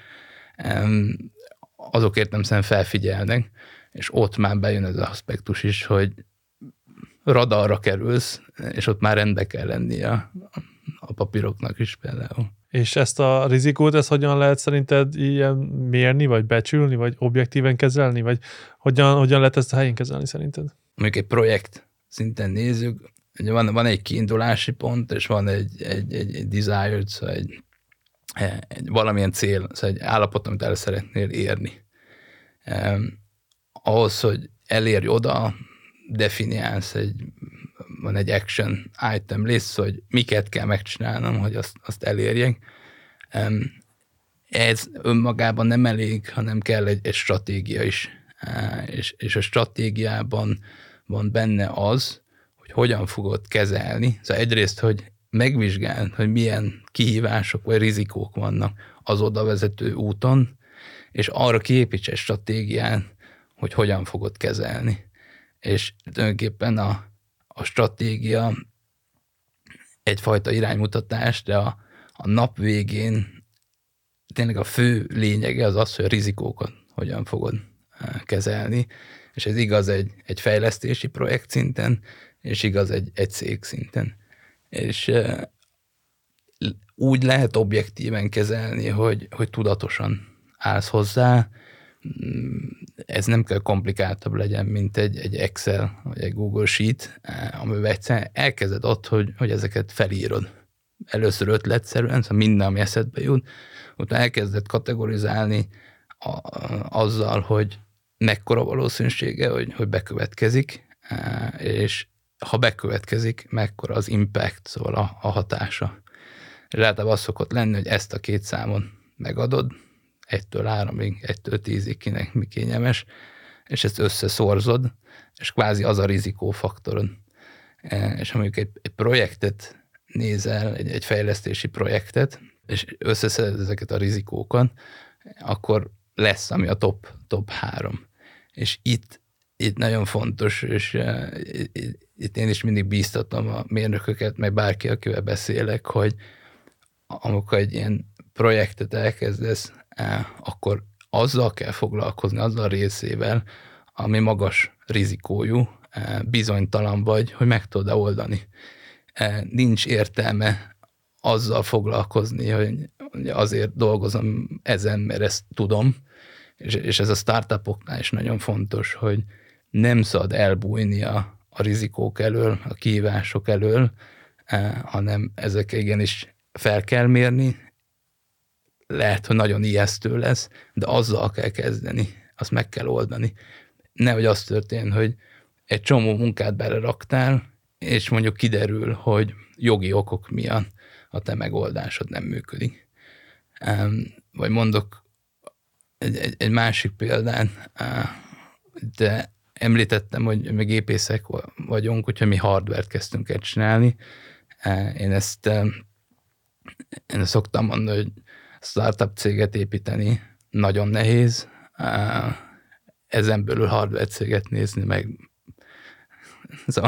azokért nem szerint felfigyelnek, és ott már bejön ez az aspektus is, hogy radarra kerülsz, és ott már rendbe kell lennie a, a papíroknak is például. És ezt a rizikót, ezt hogyan lehet szerinted ilyen mérni, vagy becsülni, vagy objektíven kezelni, vagy hogyan, hogyan lehet ezt a helyén kezelni szerinted? Mondjuk egy projekt szinten nézzük, ugye van, van egy kiindulási pont, és van egy, egy, egy, egy desired, szóval egy, egy valamilyen cél, szóval egy állapot, amit el szeretnél érni. Um, ahhoz, hogy elérj oda, definiálsz egy, van egy action item list, hogy miket kell megcsinálnom, hogy azt, azt elérjek. Um, ez önmagában nem elég, hanem kell egy, egy stratégia is. Uh, és, és a stratégiában van benne az, hogy hogyan fogod kezelni. Szóval egyrészt, hogy megvizsgáld, hogy milyen kihívások vagy rizikók vannak az oda vezető úton, és arra kiépíts egy stratégián, hogy hogyan fogod kezelni. És tulajdonképpen a, a stratégia egyfajta iránymutatás, de a, a nap végén tényleg a fő lényege az az, hogy a rizikókat hogyan fogod kezelni, és ez igaz egy, egy fejlesztési projekt szinten, és igaz egy, egy cég szinten. És uh, úgy lehet objektíven kezelni, hogy, hogy tudatosan állsz hozzá. Ez nem kell komplikáltabb legyen, mint egy, egy Excel vagy egy Google Sheet, amiben egyszerűen elkezded ott, hogy, hogy ezeket felírod. Először ötletszerűen, szóval minden, ami eszedbe jut, utána elkezded kategorizálni a, azzal, hogy mekkora valószínűsége, hogy, hogy bekövetkezik, és ha bekövetkezik, mekkora az impact, szóval a, a hatása. És általában az szokott lenni, hogy ezt a két számon megadod, egytől háromig, egytől tízig kinek mi kényelmes, és ezt összeszorzod, és kvázi az a rizikófaktorod. És ha mondjuk egy, egy projektet nézel, egy, egy fejlesztési projektet, és összeszeded ezeket a rizikókat, akkor lesz, ami a top, top három. És itt, itt nagyon fontos, és uh, itt én is mindig bíztatom a mérnököket, meg bárki, akivel beszélek, hogy amikor egy ilyen projektet elkezdesz, uh, akkor azzal kell foglalkozni, azzal a részével, ami magas rizikójú, uh, bizonytalan vagy, hogy meg tudod oldani. Uh, nincs értelme azzal foglalkozni, hogy azért dolgozom ezen, mert ezt tudom, és, és ez a startupoknál is nagyon fontos, hogy nem szabad elbújni a, a rizikók elől, a kihívások elől, eh, hanem ezek igenis fel kell mérni, lehet, hogy nagyon ijesztő lesz, de azzal kell kezdeni, azt meg kell oldani. Nehogy az történ, hogy egy csomó munkát beleraktál, és mondjuk kiderül, hogy jogi okok miatt a te megoldásod nem működik. Um, vagy mondok egy, egy, egy másik példán, uh, de említettem, hogy mi gépészek vagyunk, hogyha mi hardware-t kezdtünk el csinálni. Uh, én ezt uh, én ezt szoktam mondani, hogy startup céget építeni nagyon nehéz, uh, ezen belül hardware céget nézni, meg szóval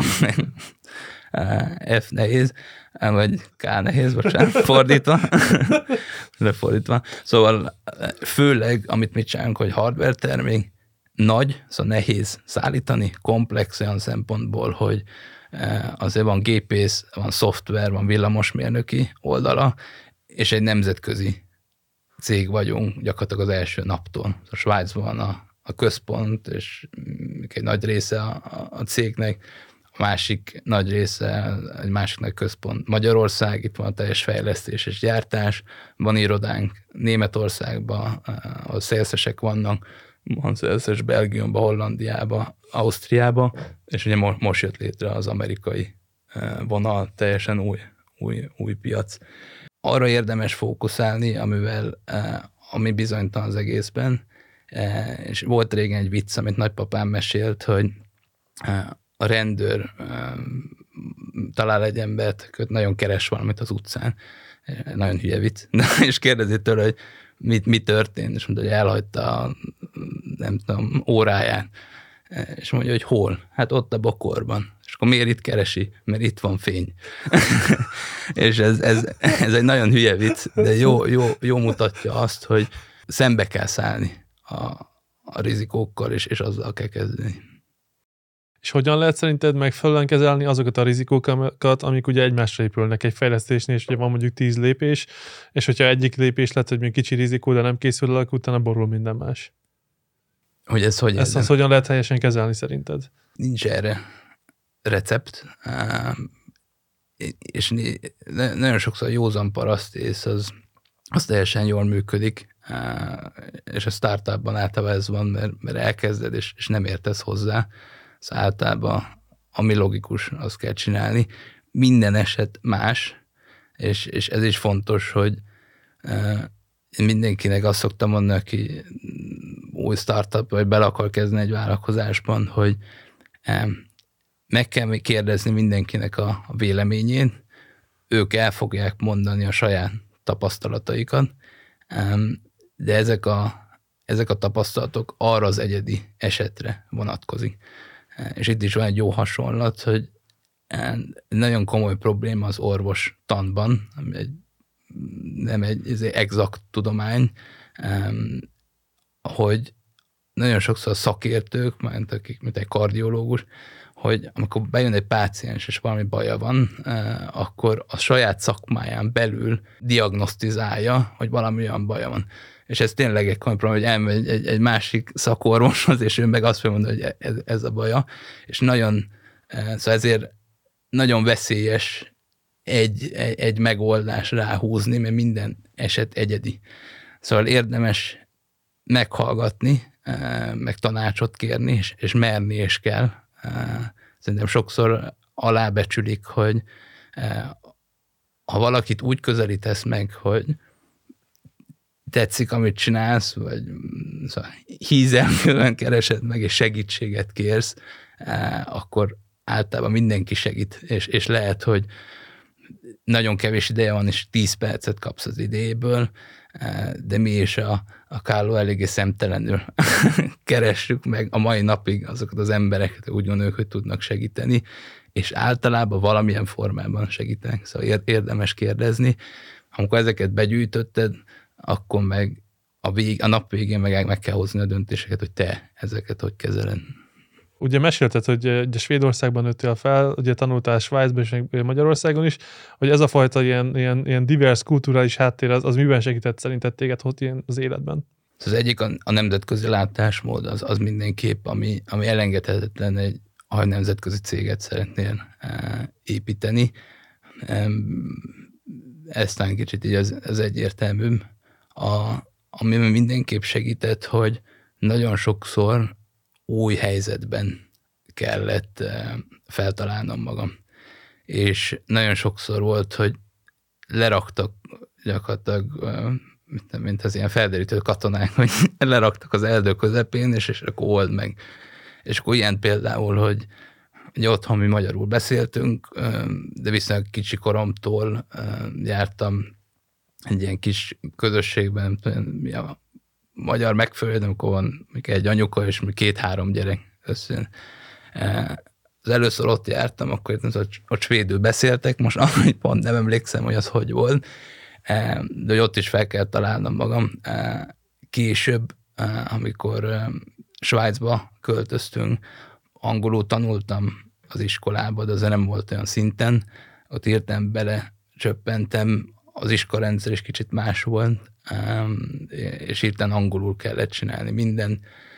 F nehéz, vagy K nehéz, bocsánat, fordítva. Lefordítva. Szóval főleg, amit mi csinálunk, hogy hardware termék, nagy, szóval nehéz szállítani, komplex olyan szempontból, hogy azért van gépész, van szoftver, van villamosmérnöki oldala, és egy nemzetközi cég vagyunk gyakorlatilag az első naptól. A Svájcban van a, a központ, és egy nagy része a, a cégnek, a másik nagy része, egy másik nagy központ Magyarország, itt van a teljes fejlesztés és gyártás, van irodánk Németországban, ahol szélszesek vannak, van szélszes Belgiumban, Hollandiában, Ausztriában, és ugye most jött létre az amerikai vonal, teljesen új, új, új piac. Arra érdemes fókuszálni, amivel, ami bizonytalan az egészben, és volt régen egy vicc, amit nagypapám mesélt, hogy a rendőr talál egy embert, nagyon keres valamit az utcán, nagyon hülye vicc, és kérdezi tőle, hogy mit, mi történt, és mondja, hogy elhagyta a, nem tudom, óráját, és mondja, hogy hol? Hát ott a bokorban. És akkor miért itt keresi? Mert itt van fény. És ez, ez, ez egy nagyon hülye vicc, de jó, jó, jó mutatja azt, hogy szembe kell szállni a, a rizikókkal, és, és azzal kell kezdeni. És hogyan lehet szerinted megfelelően kezelni azokat a rizikókat, amik ugye egymásra épülnek egy fejlesztésnél, és ugye van mondjuk tíz lépés, és hogyha egyik lépés lett, hogy még kicsi rizikó, de nem készül el, utána borul minden más. Hogy ez hogy Ezt az hogyan lehet helyesen kezelni szerinted? Nincs erre recept, és nagyon sokszor a józan parasztész az, az teljesen jól működik, és a startupban általában ez van, mert, mert elkezded, és, és nem értesz hozzá. Az általában, ami logikus, azt kell csinálni. Minden eset más, és, és ez is fontos, hogy én mindenkinek azt szoktam mondani, aki új startup, vagy bele akar kezdeni egy vállalkozásban, hogy meg kell kérdezni mindenkinek a véleményét, ők el fogják mondani a saját tapasztalataikat, de ezek a, ezek a tapasztalatok arra az egyedi esetre vonatkozik. És itt is van egy jó hasonlat, hogy nagyon komoly probléma az orvos tanban, ami egy, nem egy exakt tudomány, hogy nagyon sokszor a szakértők, mint, akik, mint egy kardiológus, hogy amikor bejön egy páciens, és valami baja van, akkor a saját szakmáján belül diagnosztizálja, hogy valami olyan baja van. És ez tényleg egy komoly probléma, hogy elmegy egy, egy másik szakorvoshoz, és ő meg azt fogja mondani, hogy ez, ez a baja. És nagyon, szóval ezért nagyon veszélyes egy, egy, egy megoldás ráhúzni, mert minden eset egyedi. Szóval érdemes meghallgatni, meg tanácsot kérni, és, és merni is kell. Szerintem sokszor alábecsülik, hogy ha valakit úgy közelítesz meg, hogy tetszik, amit csinálsz, vagy szóval hízelműen keresed meg, és segítséget kérsz, akkor általában mindenki segít, és, és lehet, hogy nagyon kevés ideje van, és tíz percet kapsz az idejéből, de mi is a, a Kálló eléggé szemtelenül keressük meg a mai napig azokat az embereket, úgy gondoljuk, hogy tudnak segíteni, és általában valamilyen formában segítenek, szóval érdemes kérdezni. Amikor ezeket begyűjtötted, akkor meg a, vég, a nap végén meg, meg kell hozni a döntéseket, hogy te ezeket hogy kezeled. Ugye mesélted, hogy ugye Svédországban nőttél fel, ugye tanultál Svájcban és Magyarországon is, hogy ez a fajta ilyen, ilyen, ilyen divers kulturális háttér, az, az miben segített szerinted téged hogy ilyen az életben? Az egyik a, a nemzetközi látásmód, az, az mindenképp, ami, ami elengedhetetlen, egy, ha nemzetközi céget szeretnél e, építeni. E, ez talán kicsit így az, az egyértelmű. A, ami mindenképp segített, hogy nagyon sokszor új helyzetben kellett feltalálnom magam. És nagyon sokszor volt, hogy leraktak gyakorlatilag, mint az ilyen felderítő katonák, hogy leraktak az erdő közepén, és, és akkor old meg. És akkor ilyen például, hogy ugye otthon mi magyarul beszéltünk, de viszonylag kicsi koromtól jártam egy ilyen kis közösségben, nem tudom, mi a magyar megfelelő, amikor van egy anyuka, és két-három gyerek összön. Az először ott jártam, akkor ott, ott svédül beszéltek, most ahogy pont nem emlékszem, hogy az hogy volt, de hogy ott is fel kell találnom magam. Később, amikor Svájcba költöztünk, angolul tanultam az iskolába, de az nem volt olyan szinten, ott írtam bele, csöppentem, az iskolarendszer is kicsit más volt, és hirtelen angolul kellett csinálni minden.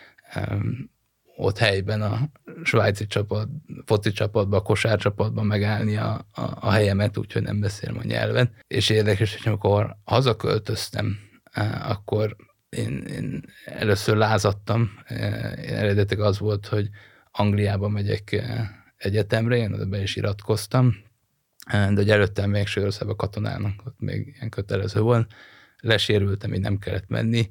Ott helyben a svájci csapat, foci csapatban, a kosárcsapatban megállni a, a, a helyemet, úgyhogy nem beszélem a nyelvet. És érdekes, hogy amikor hazaköltöztem, akkor én, én először lázadtam. Én eredetileg az volt, hogy Angliába megyek egyetemre, én oda be is iratkoztam, de hogy előttem még Svédországban katonának, ott még ilyen kötelező volt. Lesérültem, így nem kellett menni.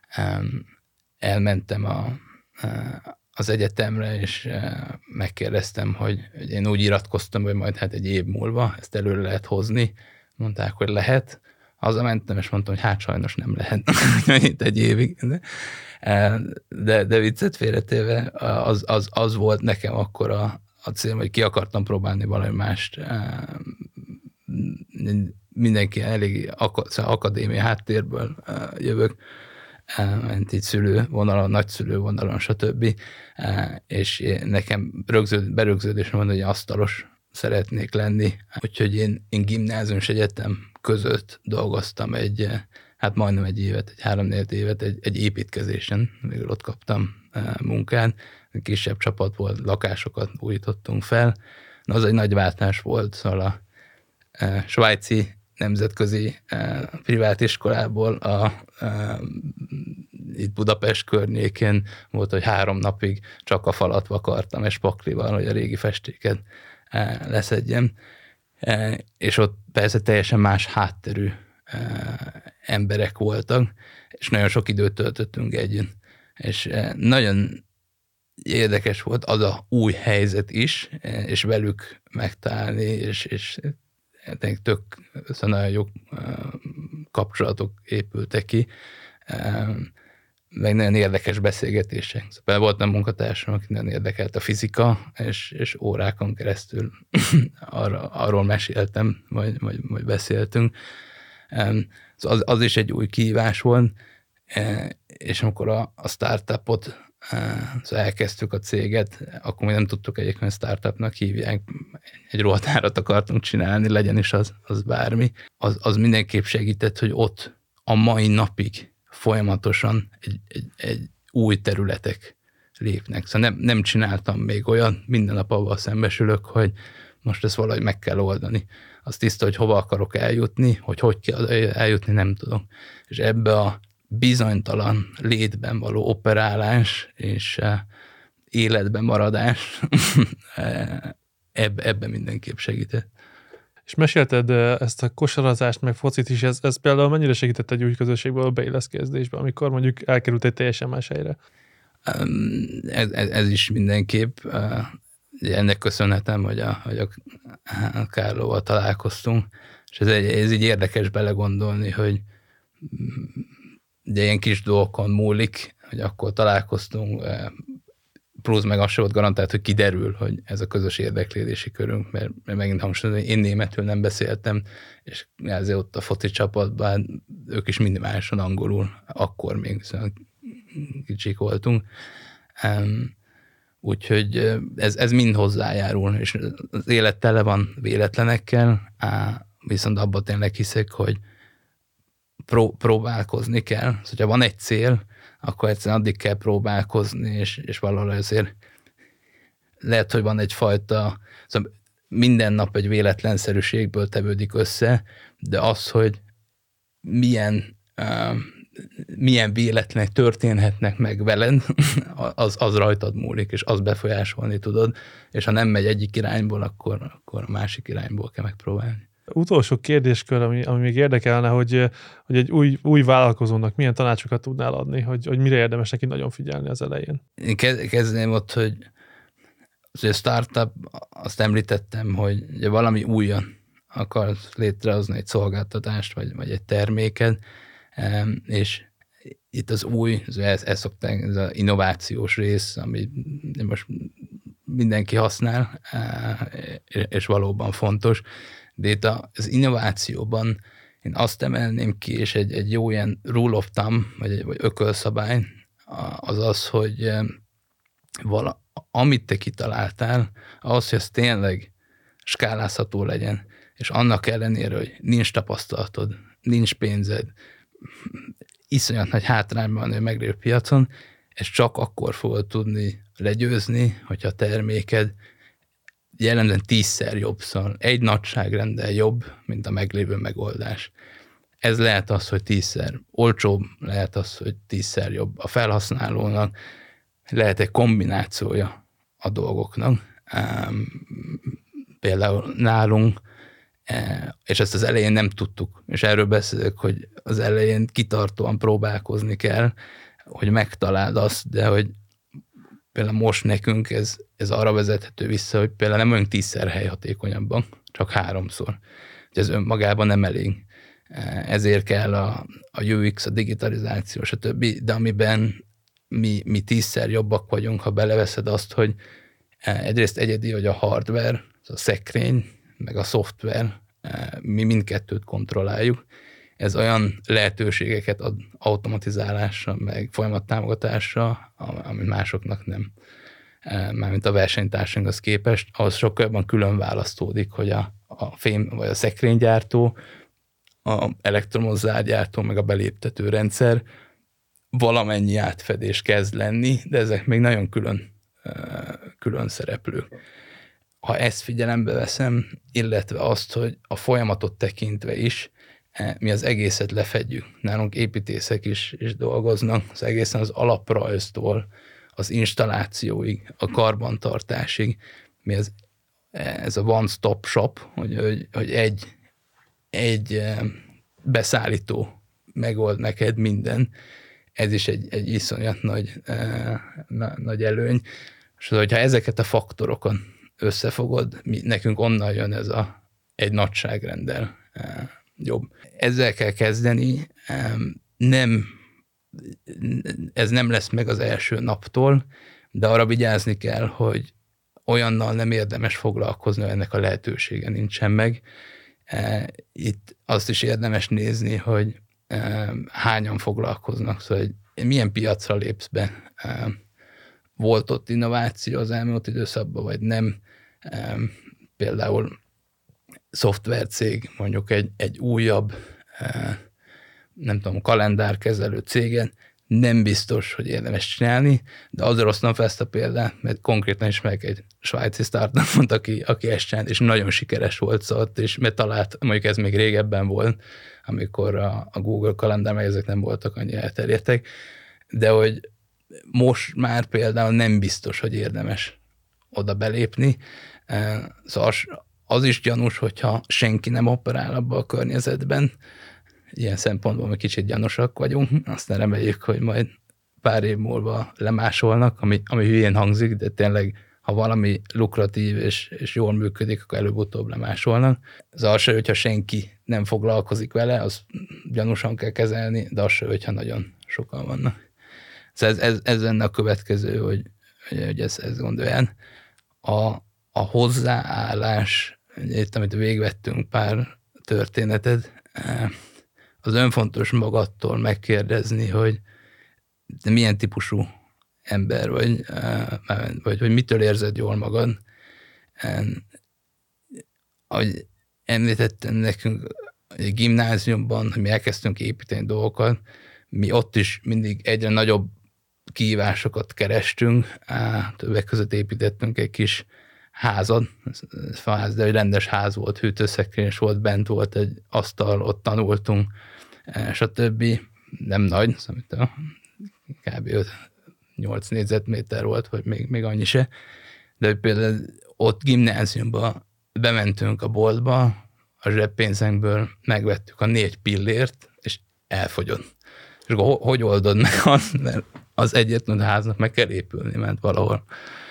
Elmentem a, az egyetemre, és megkérdeztem, hogy, hogy én úgy iratkoztam, hogy majd hát egy év múlva ezt előre lehet hozni. Mondták, hogy lehet. Hazamentem, és mondtam, hogy hát sajnos nem lehet. Itt egy évig. De, de viccet félretéve, az, az, az volt nekem akkor a, a cél, hogy ki akartam próbálni valami mást. Mindenki elég akadémia háttérből jövök, ment így szülő vonalon, nagyszülő vonalon, stb. És nekem rögződ, berögződésem van, hogy asztalos szeretnék lenni. Úgyhogy én, én gimnázium és egyetem között dolgoztam egy, hát majdnem egy évet, egy három-négy évet egy, egy építkezésen, végül ott kaptam munkát. Kisebb csapat volt, lakásokat újítottunk fel. Na, az egy nagy váltás volt, szóval a svájci nemzetközi privát iskolából a, a, itt Budapest környékén volt, hogy három napig csak a falat vakartam, és paklival, hogy a régi festéket leszedjem. És ott persze teljesen más hátterű emberek voltak, és nagyon sok időt töltöttünk együtt. És nagyon érdekes volt az a új helyzet is, és velük megtalálni, és, és tök szóval nagyon jó kapcsolatok épültek ki, meg nagyon érdekes beszélgetések. Szóval voltam munkatársam, aki nagyon érdekelt a fizika, és, és órákon keresztül arra, arról meséltem, vagy, vagy, vagy beszéltünk. Az, az is egy új kihívás volt, és amikor a, a startupot szóval elkezdtük a céget, akkor még nem tudtuk egyébként startupnak hívják, egy rohatárat akartunk csinálni, legyen is az, az bármi. Az, az mindenképp segített, hogy ott a mai napig folyamatosan egy, egy, egy új területek lépnek. Szóval nem, nem csináltam még olyan, minden nap avval szembesülök, hogy most ezt valahogy meg kell oldani. Az tiszta, hogy hova akarok eljutni, hogy hogy kell eljutni, nem tudom. És ebbe a bizonytalan létben való operálás és életben maradás ebbe, ebbe mindenképp segített. És mesélted ezt a kosarazást, meg focit is, ez, ez például mennyire segített egy új közösségből a beilleszkedésbe, amikor mondjuk elkerült egy teljesen más helyre? Ez, ez, ez is mindenképp. Ennek köszönhetem, hogy a, hogy a, a Kárlóval találkoztunk, és ez, egy, ez így érdekes belegondolni, hogy ugye ilyen kis dolgokon múlik, hogy akkor találkoztunk, plusz meg az se volt garantált, hogy kiderül, hogy ez a közös érdeklődési körünk, mert, mert megint hangsúlyozom, én németül nem beszéltem, és ezért ott a foci csapatban ők is minimálisan angolul, akkor még szóval kicsik voltunk. Um, úgyhogy ez, ez mind hozzájárul, és az élet tele van véletlenekkel, á, viszont abban tényleg hiszek, hogy pró- próbálkozni kell. Szóval, ha van egy cél, akkor egyszerűen addig kell próbálkozni, és, és valahol azért lehet, hogy van egyfajta, szóval minden nap egy véletlenszerűségből tevődik össze, de az, hogy milyen, uh, milyen véletlenek történhetnek meg veled, az, az rajtad múlik, és az befolyásolni tudod, és ha nem megy egyik irányból, akkor, akkor a másik irányból kell megpróbálni. Utolsó kérdéskör, ami, ami még érdekelne, hogy, hogy egy új, új vállalkozónak milyen tanácsokat tudnál adni, hogy, hogy mire érdemes neki nagyon figyelni az elején? Én kezdeném ott, hogy a startup, azt említettem, hogy ugye valami újan akarsz létrehozni egy szolgáltatást, vagy, vagy egy terméket, és itt az új, ez, ez szokták, ez az innovációs rész, ami most mindenki használ, és valóban fontos, de itt az innovációban én azt emelném ki, és egy, egy jó ilyen rule of thumb, vagy, egy, vagy ökölszabály, az az, hogy vala, amit te kitaláltál, ahhoz, hogy ez tényleg skálázható legyen, és annak ellenére, hogy nincs tapasztalatod, nincs pénzed, iszonyat nagy hátrányban van a meglévő piacon, és csak akkor fogod tudni legyőzni, hogyha a terméked jellemzően tízszer jobb, szóval egy nagyságrendel jobb, mint a meglévő megoldás. Ez lehet az, hogy tízszer olcsóbb, lehet az, hogy tízszer jobb a felhasználónak, lehet egy kombinációja a dolgoknak. Például nálunk, és ezt az elején nem tudtuk, és erről beszélek, hogy az elején kitartóan próbálkozni kell, hogy megtaláld azt, de hogy például most nekünk ez, ez arra vezethető vissza, hogy például nem vagyunk tízszer helyhatékonyabban, csak háromszor. Ez önmagában nem elég. Ezért kell a, a u iksz, a digitalizáció, stb., de amiben mi, mi tízszer jobbak vagyunk, ha beleveszed azt, hogy egyrészt egyedi, hogy a hardware, a szekrény, meg a szoftver, mi mindkettőt kontrolláljuk, ez olyan lehetőségeket ad automatizálásra, meg folyamattámogatásra, ami másoknak nem. Mármint a versenytársainkhoz képest, ahhoz sokkal jobban külön választódik, hogy a, a fém vagy a szekrénygyártó, a elektromos zárgyártó, meg a beléptető rendszer valamennyi átfedés kezd lenni, de ezek még nagyon külön, külön szereplők. Ha ezt figyelembe veszem, illetve azt, hogy a folyamatot tekintve is mi az egészet lefedjük. Nálunk építészek is, is dolgoznak, az egészen az alaprajztól, az installációig, a karbantartásig, mi ez, ez a one-stop shop, hogy, hogy, hogy egy, egy beszállító megold neked minden, ez is egy, egy iszonyat nagy, na, nagy előny. És hogyha ezeket a faktorokat összefogod, mi, nekünk onnan jön ez a egy nagyságrenddel jobb. Ezzel kell kezdeni, nem, ez nem lesz meg az első naptól, de arra vigyázni kell, hogy olyannal nem érdemes foglalkozni, hogy ennek a lehetősége nincsen meg. Itt azt is érdemes nézni, hogy hányan foglalkoznak, szóval hogy milyen piacra lépsz be. Volt ott innováció az elmúlt időszakban, vagy nem. Például szoftvercég, mondjuk egy, egy újabb, nem tudom, kalendárkezelő cégen, nem biztos, hogy érdemes csinálni, de azért osztom fel ezt a példát, mert konkrétan is meg egy svájci startupot, aki, aki ezt csinált, és nagyon sikeres volt szóval, és mert talált, mondjuk ez még régebben volt, amikor a, a Google kalendár, meg ezek nem voltak annyira elterjedtek, de hogy most már például nem biztos, hogy érdemes oda belépni. Szóval az is gyanús, hogyha senki nem operál abba a környezetben. Ilyen szempontból mi kicsit gyanúsak vagyunk, aztán reméljük, hogy majd pár év múlva lemásolnak, ami, ami hülyén hangzik, de tényleg, ha valami lukratív és, és jól működik, akkor előbb-utóbb lemásolnak. Az az se, hogyha senki nem foglalkozik vele, az gyanúsan kell kezelni, de az se, hogyha nagyon sokan vannak. Szóval ez, ez, ez lenne a következő, hogy, hogy ezt, ezt gondolján. A, a hozzáállás, itt, amit végigvettünk pár történetet, az önfontos magadtól megkérdezni, hogy de milyen típusú ember vagy, vagy hogy mitől érzed jól magad. Ahogy említettem nekünk egy gimnáziumban, hogy mi elkezdtünk építeni dolgokat, mi ott is mindig egyre nagyobb kihívásokat kerestünk, többek között építettünk egy kis házad, fáz, de egy rendes ház volt, hűtőszekrényes volt, bent volt egy asztal, ott tanultunk, stb. Nem nagy, szóval kb. nyolc négyzetméter volt, vagy még, még annyi se, de például ott gimnáziumban bementünk a boltba, a zseppénzünkből megvettük a négy pillért, és elfogyott. És akkor hogy oldod meg azt, mert az egyetlen háznak meg kell épülni, mert valahol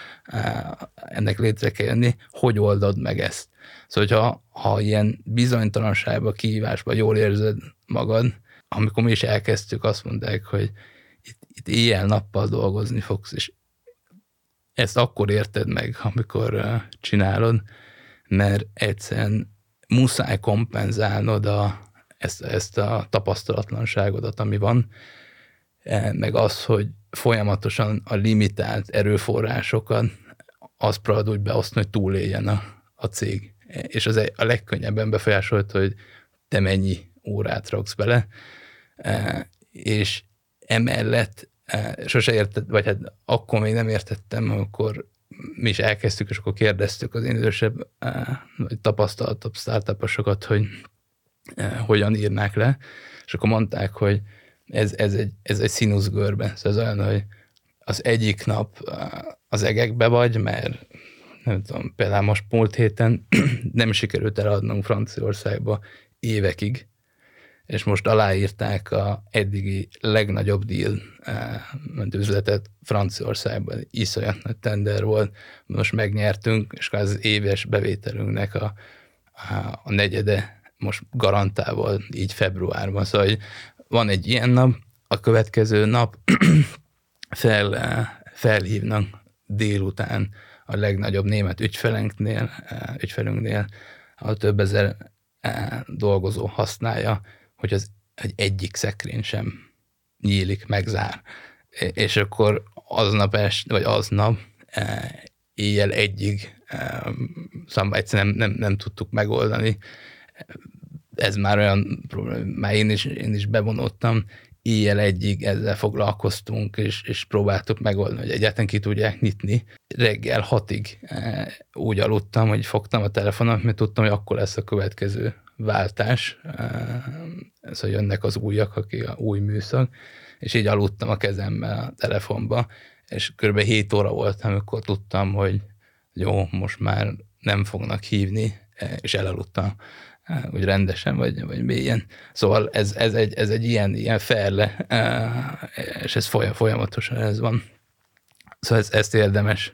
ennek létre kell jönni, hogy oldod meg ezt. Szóval, hogyha, ha ilyen bizonytalanságban, kihívásban jól érzed magad, amikor mi is elkezdtük, azt mondták, hogy itt, itt éjjel-nappal dolgozni fogsz, és ezt akkor érted meg, amikor csinálod, mert egyszerűen muszáj kompenzálnod a, ezt, ezt a tapasztalatlanságodat, ami van, meg az, hogy folyamatosan a limitált erőforrásokat azt próbáld úgy beosztani, hogy túléljen a, a cég. És az a legkönnyebben befolyásolt, hogy te mennyi órát raksz bele, és emellett sose érted, vagy hát akkor még nem értettem, amikor mi is elkezdtük, és akkor kérdeztük az én idősebb, vagy tapasztaltabb startuposokat, hogy hogyan írnák le, és akkor mondták, hogy ez, ez egy, ez egy színuszgörbe. Szóval ez olyan, hogy az egyik nap az egekbe vagy, mert nem tudom, például most múlt héten nem sikerült eladnunk Franciaországba évekig, és most aláírták a eddigi legnagyobb deal üzletet Franciaországban. Iszonyat nagy tender volt, most megnyertünk, és az éves bevételünknek a, a, a negyede most garantálva így februárban. Szóval hogy van egy ilyen nap, a következő nap fel, felhívnak délután a legnagyobb német ügyfelünknél, ügyfelünknél, ahol több ezer dolgozó használja, hogy az hogy egyik szekrény sem nyílik, megzár. És akkor aznap est, vagy aznap éjjel egyig szóval egyszerűen nem, nem, nem tudtuk megoldani. Ez már olyan probléma, már én is, én is bevonódtam, éjjel egyig ezzel foglalkoztunk, és, és próbáltuk megoldani, hogy egyáltalán ki tudják nyitni. Reggel hatig úgy aludtam, hogy fogtam a telefonomat, mert tudtam, hogy akkor lesz a következő váltás, szóval jönnek az újak, akik a új műszak, és így aludtam a kezemmel a telefonba, és kb. hét óra volt, amikor tudtam, hogy jó, most már nem fognak hívni, és elaludtam, úgy rendesen, vagy, vagy mélyen. Szóval ez, ez, egy, ez egy ilyen, ilyen ferle, és ez folyam, folyamatosan ez van. Szóval ez, ezt érdemes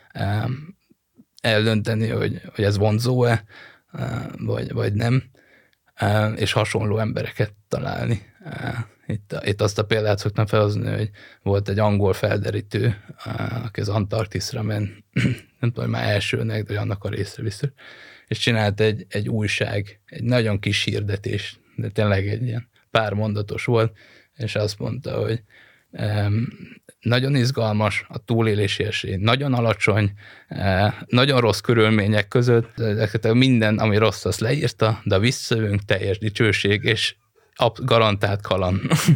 eldönteni, hogy, hogy ez vonzó-e, vagy, vagy nem, és hasonló embereket találni. Itt, itt azt a példát szoktam felhozni, hogy volt egy angol felderítő, aki az Antarktiszra ment, nem tudom, már elsőnek, de annak a részre biztos, és csinált egy, egy újság, egy nagyon kis hirdetés, de tényleg egy ilyen pár mondatos volt, és azt mondta, hogy um, nagyon izgalmas, a túlélési esély nagyon alacsony, uh, nagyon rossz körülmények között, minden, ami rossz, azt leírta, de visszajövünk, teljes dicsőség, és garantált kaland.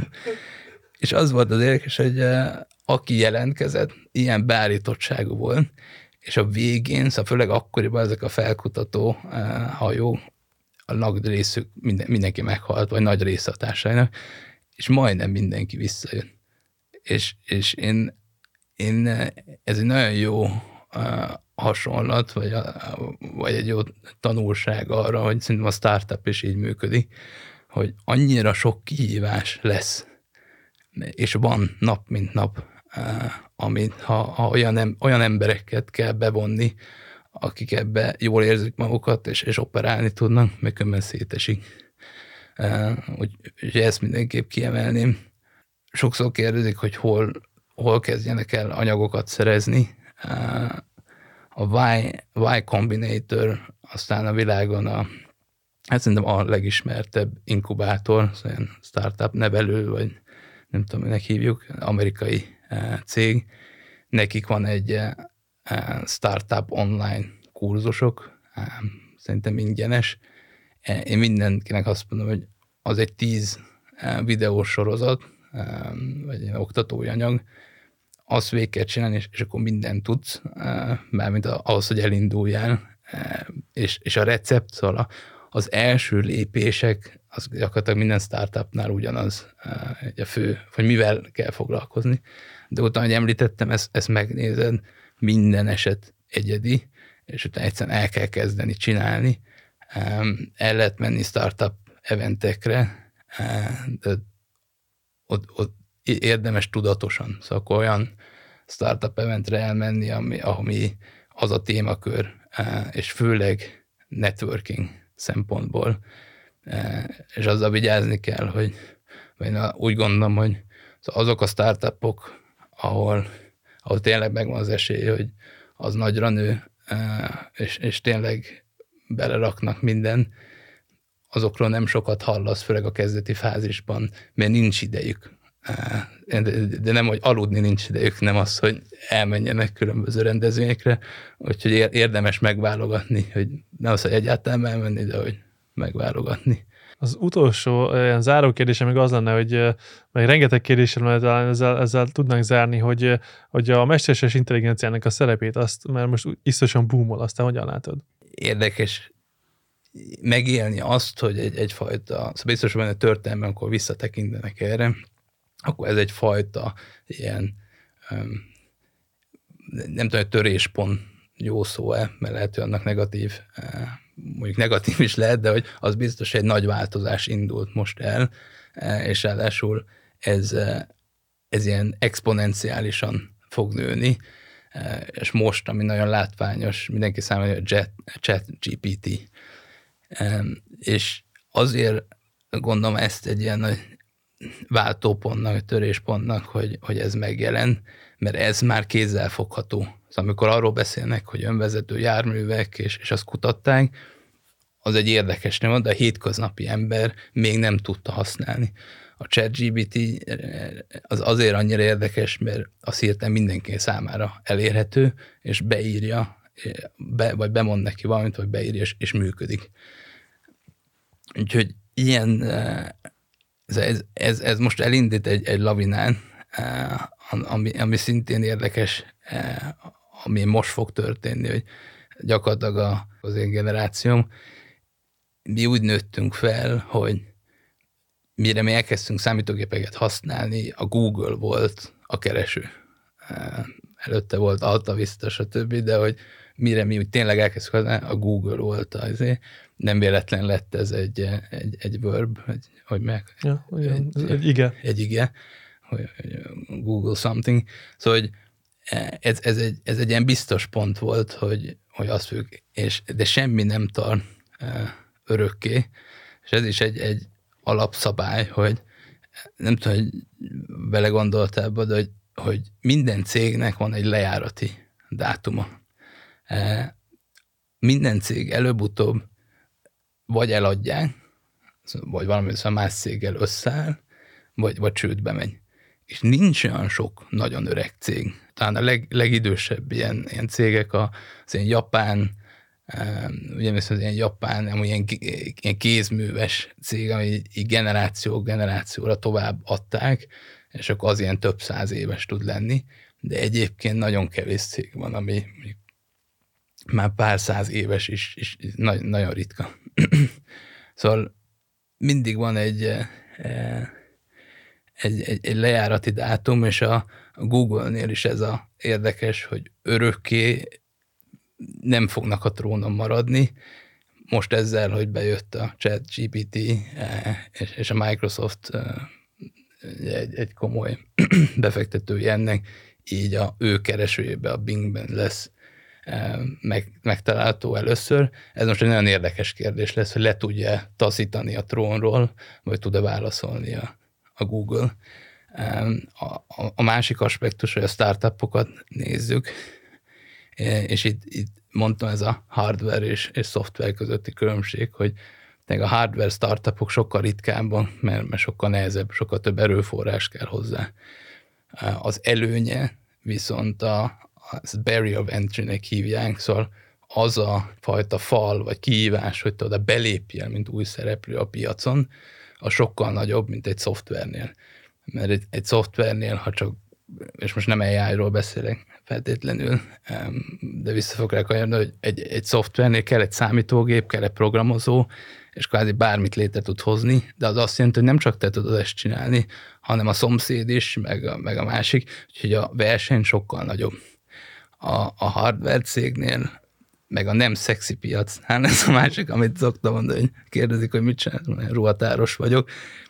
És az volt az érdekes, hogy uh, aki jelentkezett, ilyen beállítottságú volt, és a végén, szóval főleg akkoriban ezek a felkutató uh, hajók, a nagy részük minden, mindenki meghalt, vagy nagy része a társainak, és majdnem mindenki visszajön. És, és én, én, ez egy nagyon jó uh, hasonlat, vagy, a, vagy egy jó tanulság arra, hogy szerintem a startup is így működik, hogy annyira sok kihívás lesz, és van nap mint nap, uh, amit ha, ha olyan, em, olyan embereket kell bevonni, akik ebbe jól érzik magukat, és, és operálni tudnak, meg különben szétesik. Uh, úgyhogy ezt mindenképp kiemelném. Sokszor kérdezik, hogy hol, hol kezdjenek el anyagokat szerezni. Uh, a Y, Y Combinator aztán a világon a, hát szerintem a legismertebb inkubátor, szóval startup nevelő, vagy nem tudom, minek hívjuk, amerikai uh, cég. Nekik van egy uh, startup online kurzusok, uh, szerintem ingyenes. Uh, én mindenkinek azt mondom, hogy az egy tíz uh, videós sorozat, uh, vagy egy oktatói anyag, azt végig kell csinálni, és, és akkor mindent tudsz, uh, mármint ahhoz, hogy elinduljál, uh, és, és a recept, szóval az első lépések, az gyakorlatilag minden startupnál ugyanaz a fő, hogy mivel kell foglalkozni. De utána, hogy említettem, ezt, ezt megnézed, minden eset egyedi, és utána egyszerűen el kell kezdeni csinálni. El lehet menni startup eventekre, de ott, ott érdemes tudatosan. Szóval akkor olyan startup eventre elmenni, ami, ami az a témakör, és főleg networking szempontból, és azzal vigyázni kell, hogy én úgy gondolom, hogy azok a startupok, ahol, ahol tényleg megvan az esély, hogy az nagyra nő, és, és tényleg beleraknak minden, azokról nem sokat hallasz, főleg a kezdeti fázisban, mert nincs idejük. De nem, hogy aludni nincs idejük, nem az, hogy elmenjenek különböző rendezvényekre, úgyhogy érdemes megválogatni, hogy nem az, hogy egyáltalán elmenni, de hogy megválogatni. Az utolsó ilyen záró kérdése még az lenne, hogy meg rengeteg kérdésre, mert ezzel, ezzel tudnánk zárni, hogy, hogy a mesterséges intelligenciának a szerepét, azt, mert most iszonyosan boomol, aztán hogyan látod? Érdekes megélni azt, hogy egy, egyfajta, szóval biztos, hogy benne történelmen, amikor visszatekintenek erre, akkor ez egyfajta ilyen, nem tudom, hogy töréspont jó szó-e, mert lehet, hogy annak negatív, mondjuk negatív is lehet, de hogy az biztos, hogy egy nagy változás indult most el, és ráadásul ez, ez ilyen exponenciálisan fog nőni, és most, ami nagyon látványos, mindenki számára a ChatGPT. És azért gondolom ezt egy ilyen nagy váltópontnak, vagy töréspontnak, hogy, hogy ez megjelen, mert ez már kézzelfogható. Szóval amikor arról beszélnek, hogy önvezető járművek, és, és azt kutatták, az egy érdekes nyomod, de a hétköznapi ember még nem tudta használni. A ChatGPT az azért annyira érdekes, mert azt hirtelen mindenki számára elérhető, és beírja, be, vagy bemond neki valamit, vagy beírja, és, és működik. Úgyhogy ilyen, ez, ez, ez most elindít egy, egy lavinán, ami, ami szintén érdekes, ami most fog történni, hogy gyakorlatilag az én generációm, mi úgy nőttünk fel, hogy mire mi elkezdtünk számítógépeket használni, a Google volt a kereső. Előtte volt Alta Vista, stb., de hogy mire mi úgy tényleg elkezdtük használni, a Google volt azért. Nem véletlen lett ez egy, egy, egy verb, egy, hogy meg... Ja, egy, egy ige. Egy ige, hogy Google something. Szóval, hogy ez, ez, egy, ez egy ilyen biztos pont volt, hogy, hogy azt függ, és, de semmi nem tart örökké, és ez is egy, egy alapszabály, hogy nem tudom, hogy belegondoltál ebbe, de hogy, hogy minden cégnek van egy lejárati dátuma. Minden cég előbb-utóbb vagy eladják, vagy valami más céggel összeáll, vagy, vagy csődbe megy. És nincs olyan sok nagyon öreg cég. Talán a leg, legidősebb ilyen, ilyen cégek az ilyen japán, ugye az ilyen japán, ilyen, ilyen kézműves cég, ami generáció generációra tovább adták, és akkor az ilyen több száz éves tud lenni, de egyébként nagyon kevés cég van, ami már pár száz éves is, is nagyon, nagyon ritka. Szóval mindig van egy, egy, egy, egy lejárati dátum, és a, a Google-nél is ez a érdekes, hogy örökké nem fognak a trónon maradni. Most ezzel, hogy bejött a ChatGPT és, és a Microsoft egy, egy komoly befektetője ennek, így a ő keresőjébe, a Bingben lesz meg, megtalálható először. Ez most egy nagyon érdekes kérdés lesz, hogy le tudja taszítani a trónról, vagy tud-e válaszolni a, a Google. A, a, a másik aspektus, hogy a startupokat nézzük, és itt, itt mondtam, ez a hardware és, és szoftver közötti különbség, hogy a hardware startupok sokkal ritkábban, mert, mert sokkal nehezebb, sokkal több erőforrás kell hozzá. Az előnye viszont a, a barrier of entry-nek hívják, szóval az a fajta fal, vagy kihívás, hogy te oda belépjél, mint új szereplő a piacon, az sokkal nagyobb, mint egy szoftvernél. Mert egy, egy szoftvernél, ha csak, és most nem á í-ról beszélek feltétlenül, de vissza fogok rá kanyarodni, hogy egy, egy szoftvernél kell egy számítógép, kell egy programozó, és kvázi bármit létre tud hozni, de az azt jelenti, hogy nem csak te tudod ezt csinálni, hanem a szomszéd is, meg a, meg a másik, úgyhogy a verseny sokkal nagyobb. A, a hardware cégnél, meg a nem szexi piacnál, ez a másik, amit szoktam mondani, hogy kérdezik, hogy mit csinálom, ruhatáros vagyok,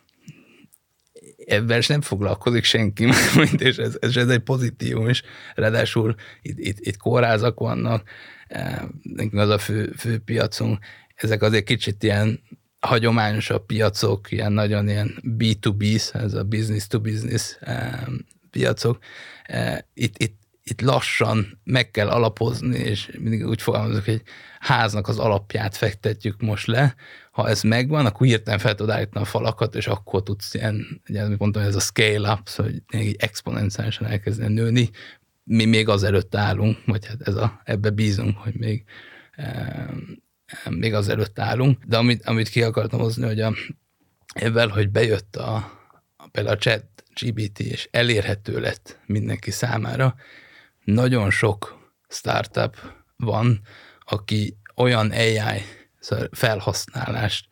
ebben nem foglalkozik senki, és ez, ez, ez egy pozitívum is. Ráadásul itt, itt, itt kórházak vannak, nekünk az a fő, fő piacunk, ezek azért kicsit ilyen hagyományosabb piacok, ilyen nagyon ilyen bé kettő bé, ez a business to business piacok. Itt, itt, itt lassan meg kell alapozni, és mindig úgy fogalmazok, hogy háznak az alapját fektetjük most le. Ha ez megvan, akkor hirtelen fel tudod állítani a falakat, és akkor tudsz ilyen, ugye, amit mondtam, ez a scale-up, szóval így exponenciálisan elkezdeni nőni. Mi még azelőtt állunk, vagy hát ez a, ebbe bízunk, hogy még, e, még azelőtt állunk. De amit, amit ki akartam hozni, hogy a, ebben, hogy bejött a, a például a ChatGPT, és elérhető lett mindenki számára, nagyon sok startup van, aki olyan á i felhasználást,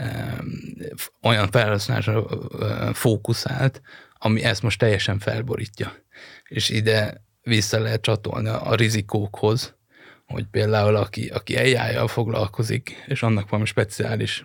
olyan felhasználásra fókuszált, ami ezt most teljesen felborítja. És ide vissza lehet csatolni a rizikókhoz, hogy például aki, aki á i-jal foglalkozik, és annak valami speciális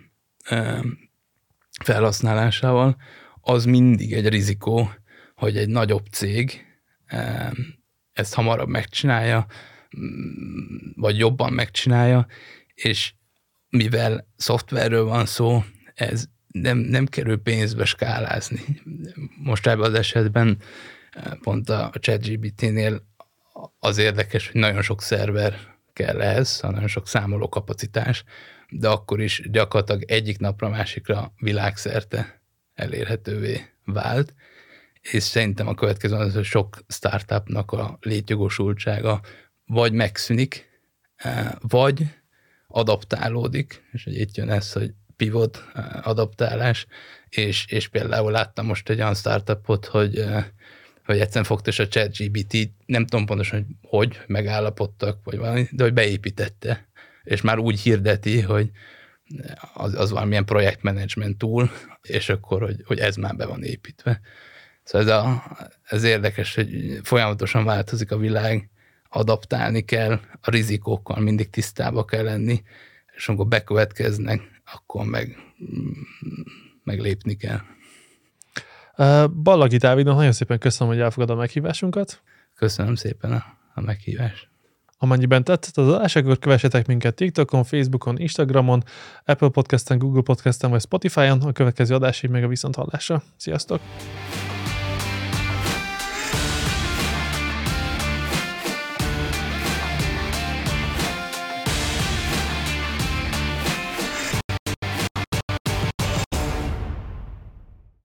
felhasználásával, az mindig egy rizikó, hogy egy nagyobb cég ezt hamarabb megcsinálja, vagy jobban megcsinálja, és mivel szoftverről van szó, ez nem, nem kerül pénzbe skálázni. Most ebben az esetben pont a ChatGPT-nél az érdekes, hogy nagyon sok szerver kell ehhez, hanem sok számoló kapacitás, de akkor is gyakorlatilag egyik napra másikra világszerte elérhetővé vált, és szerintem a következő az, hogy sok startupnak a létjogosultsága vagy megszűnik, vagy adaptálódik, és itt jön ez, hogy pivot, adaptálás, és, és például láttam most egy olyan startupot, hogy, hogy egyszerűen fogta, és a ChatGPT, nem tudom pontosan, hogy hogy megállapodtak, vagy valami, de hogy beépítette, és már úgy hirdeti, hogy az, az valamilyen projektmenedzsment tool, és akkor, hogy, hogy ez már be van építve. Szóval ez, a, ez érdekes, hogy folyamatosan változik a világ, adaptálni kell, a rizikókkal mindig tisztába kell lenni, és amikor bekövetkeznek, akkor meg, meg lépni kell. Uh, Ballagi Dávidon nagyon szépen köszönöm, hogy elfogadod a meghívásunkat. Köszönöm szépen a, a meghívást. Amennyiben tetszett az adás, akkor kövessetek minket TikTokon, Facebookon, Instagramon, Apple Podcasten, Google Podcasten vagy Spotify-on. A következő adásig meg a viszonthallásra. Sziasztok!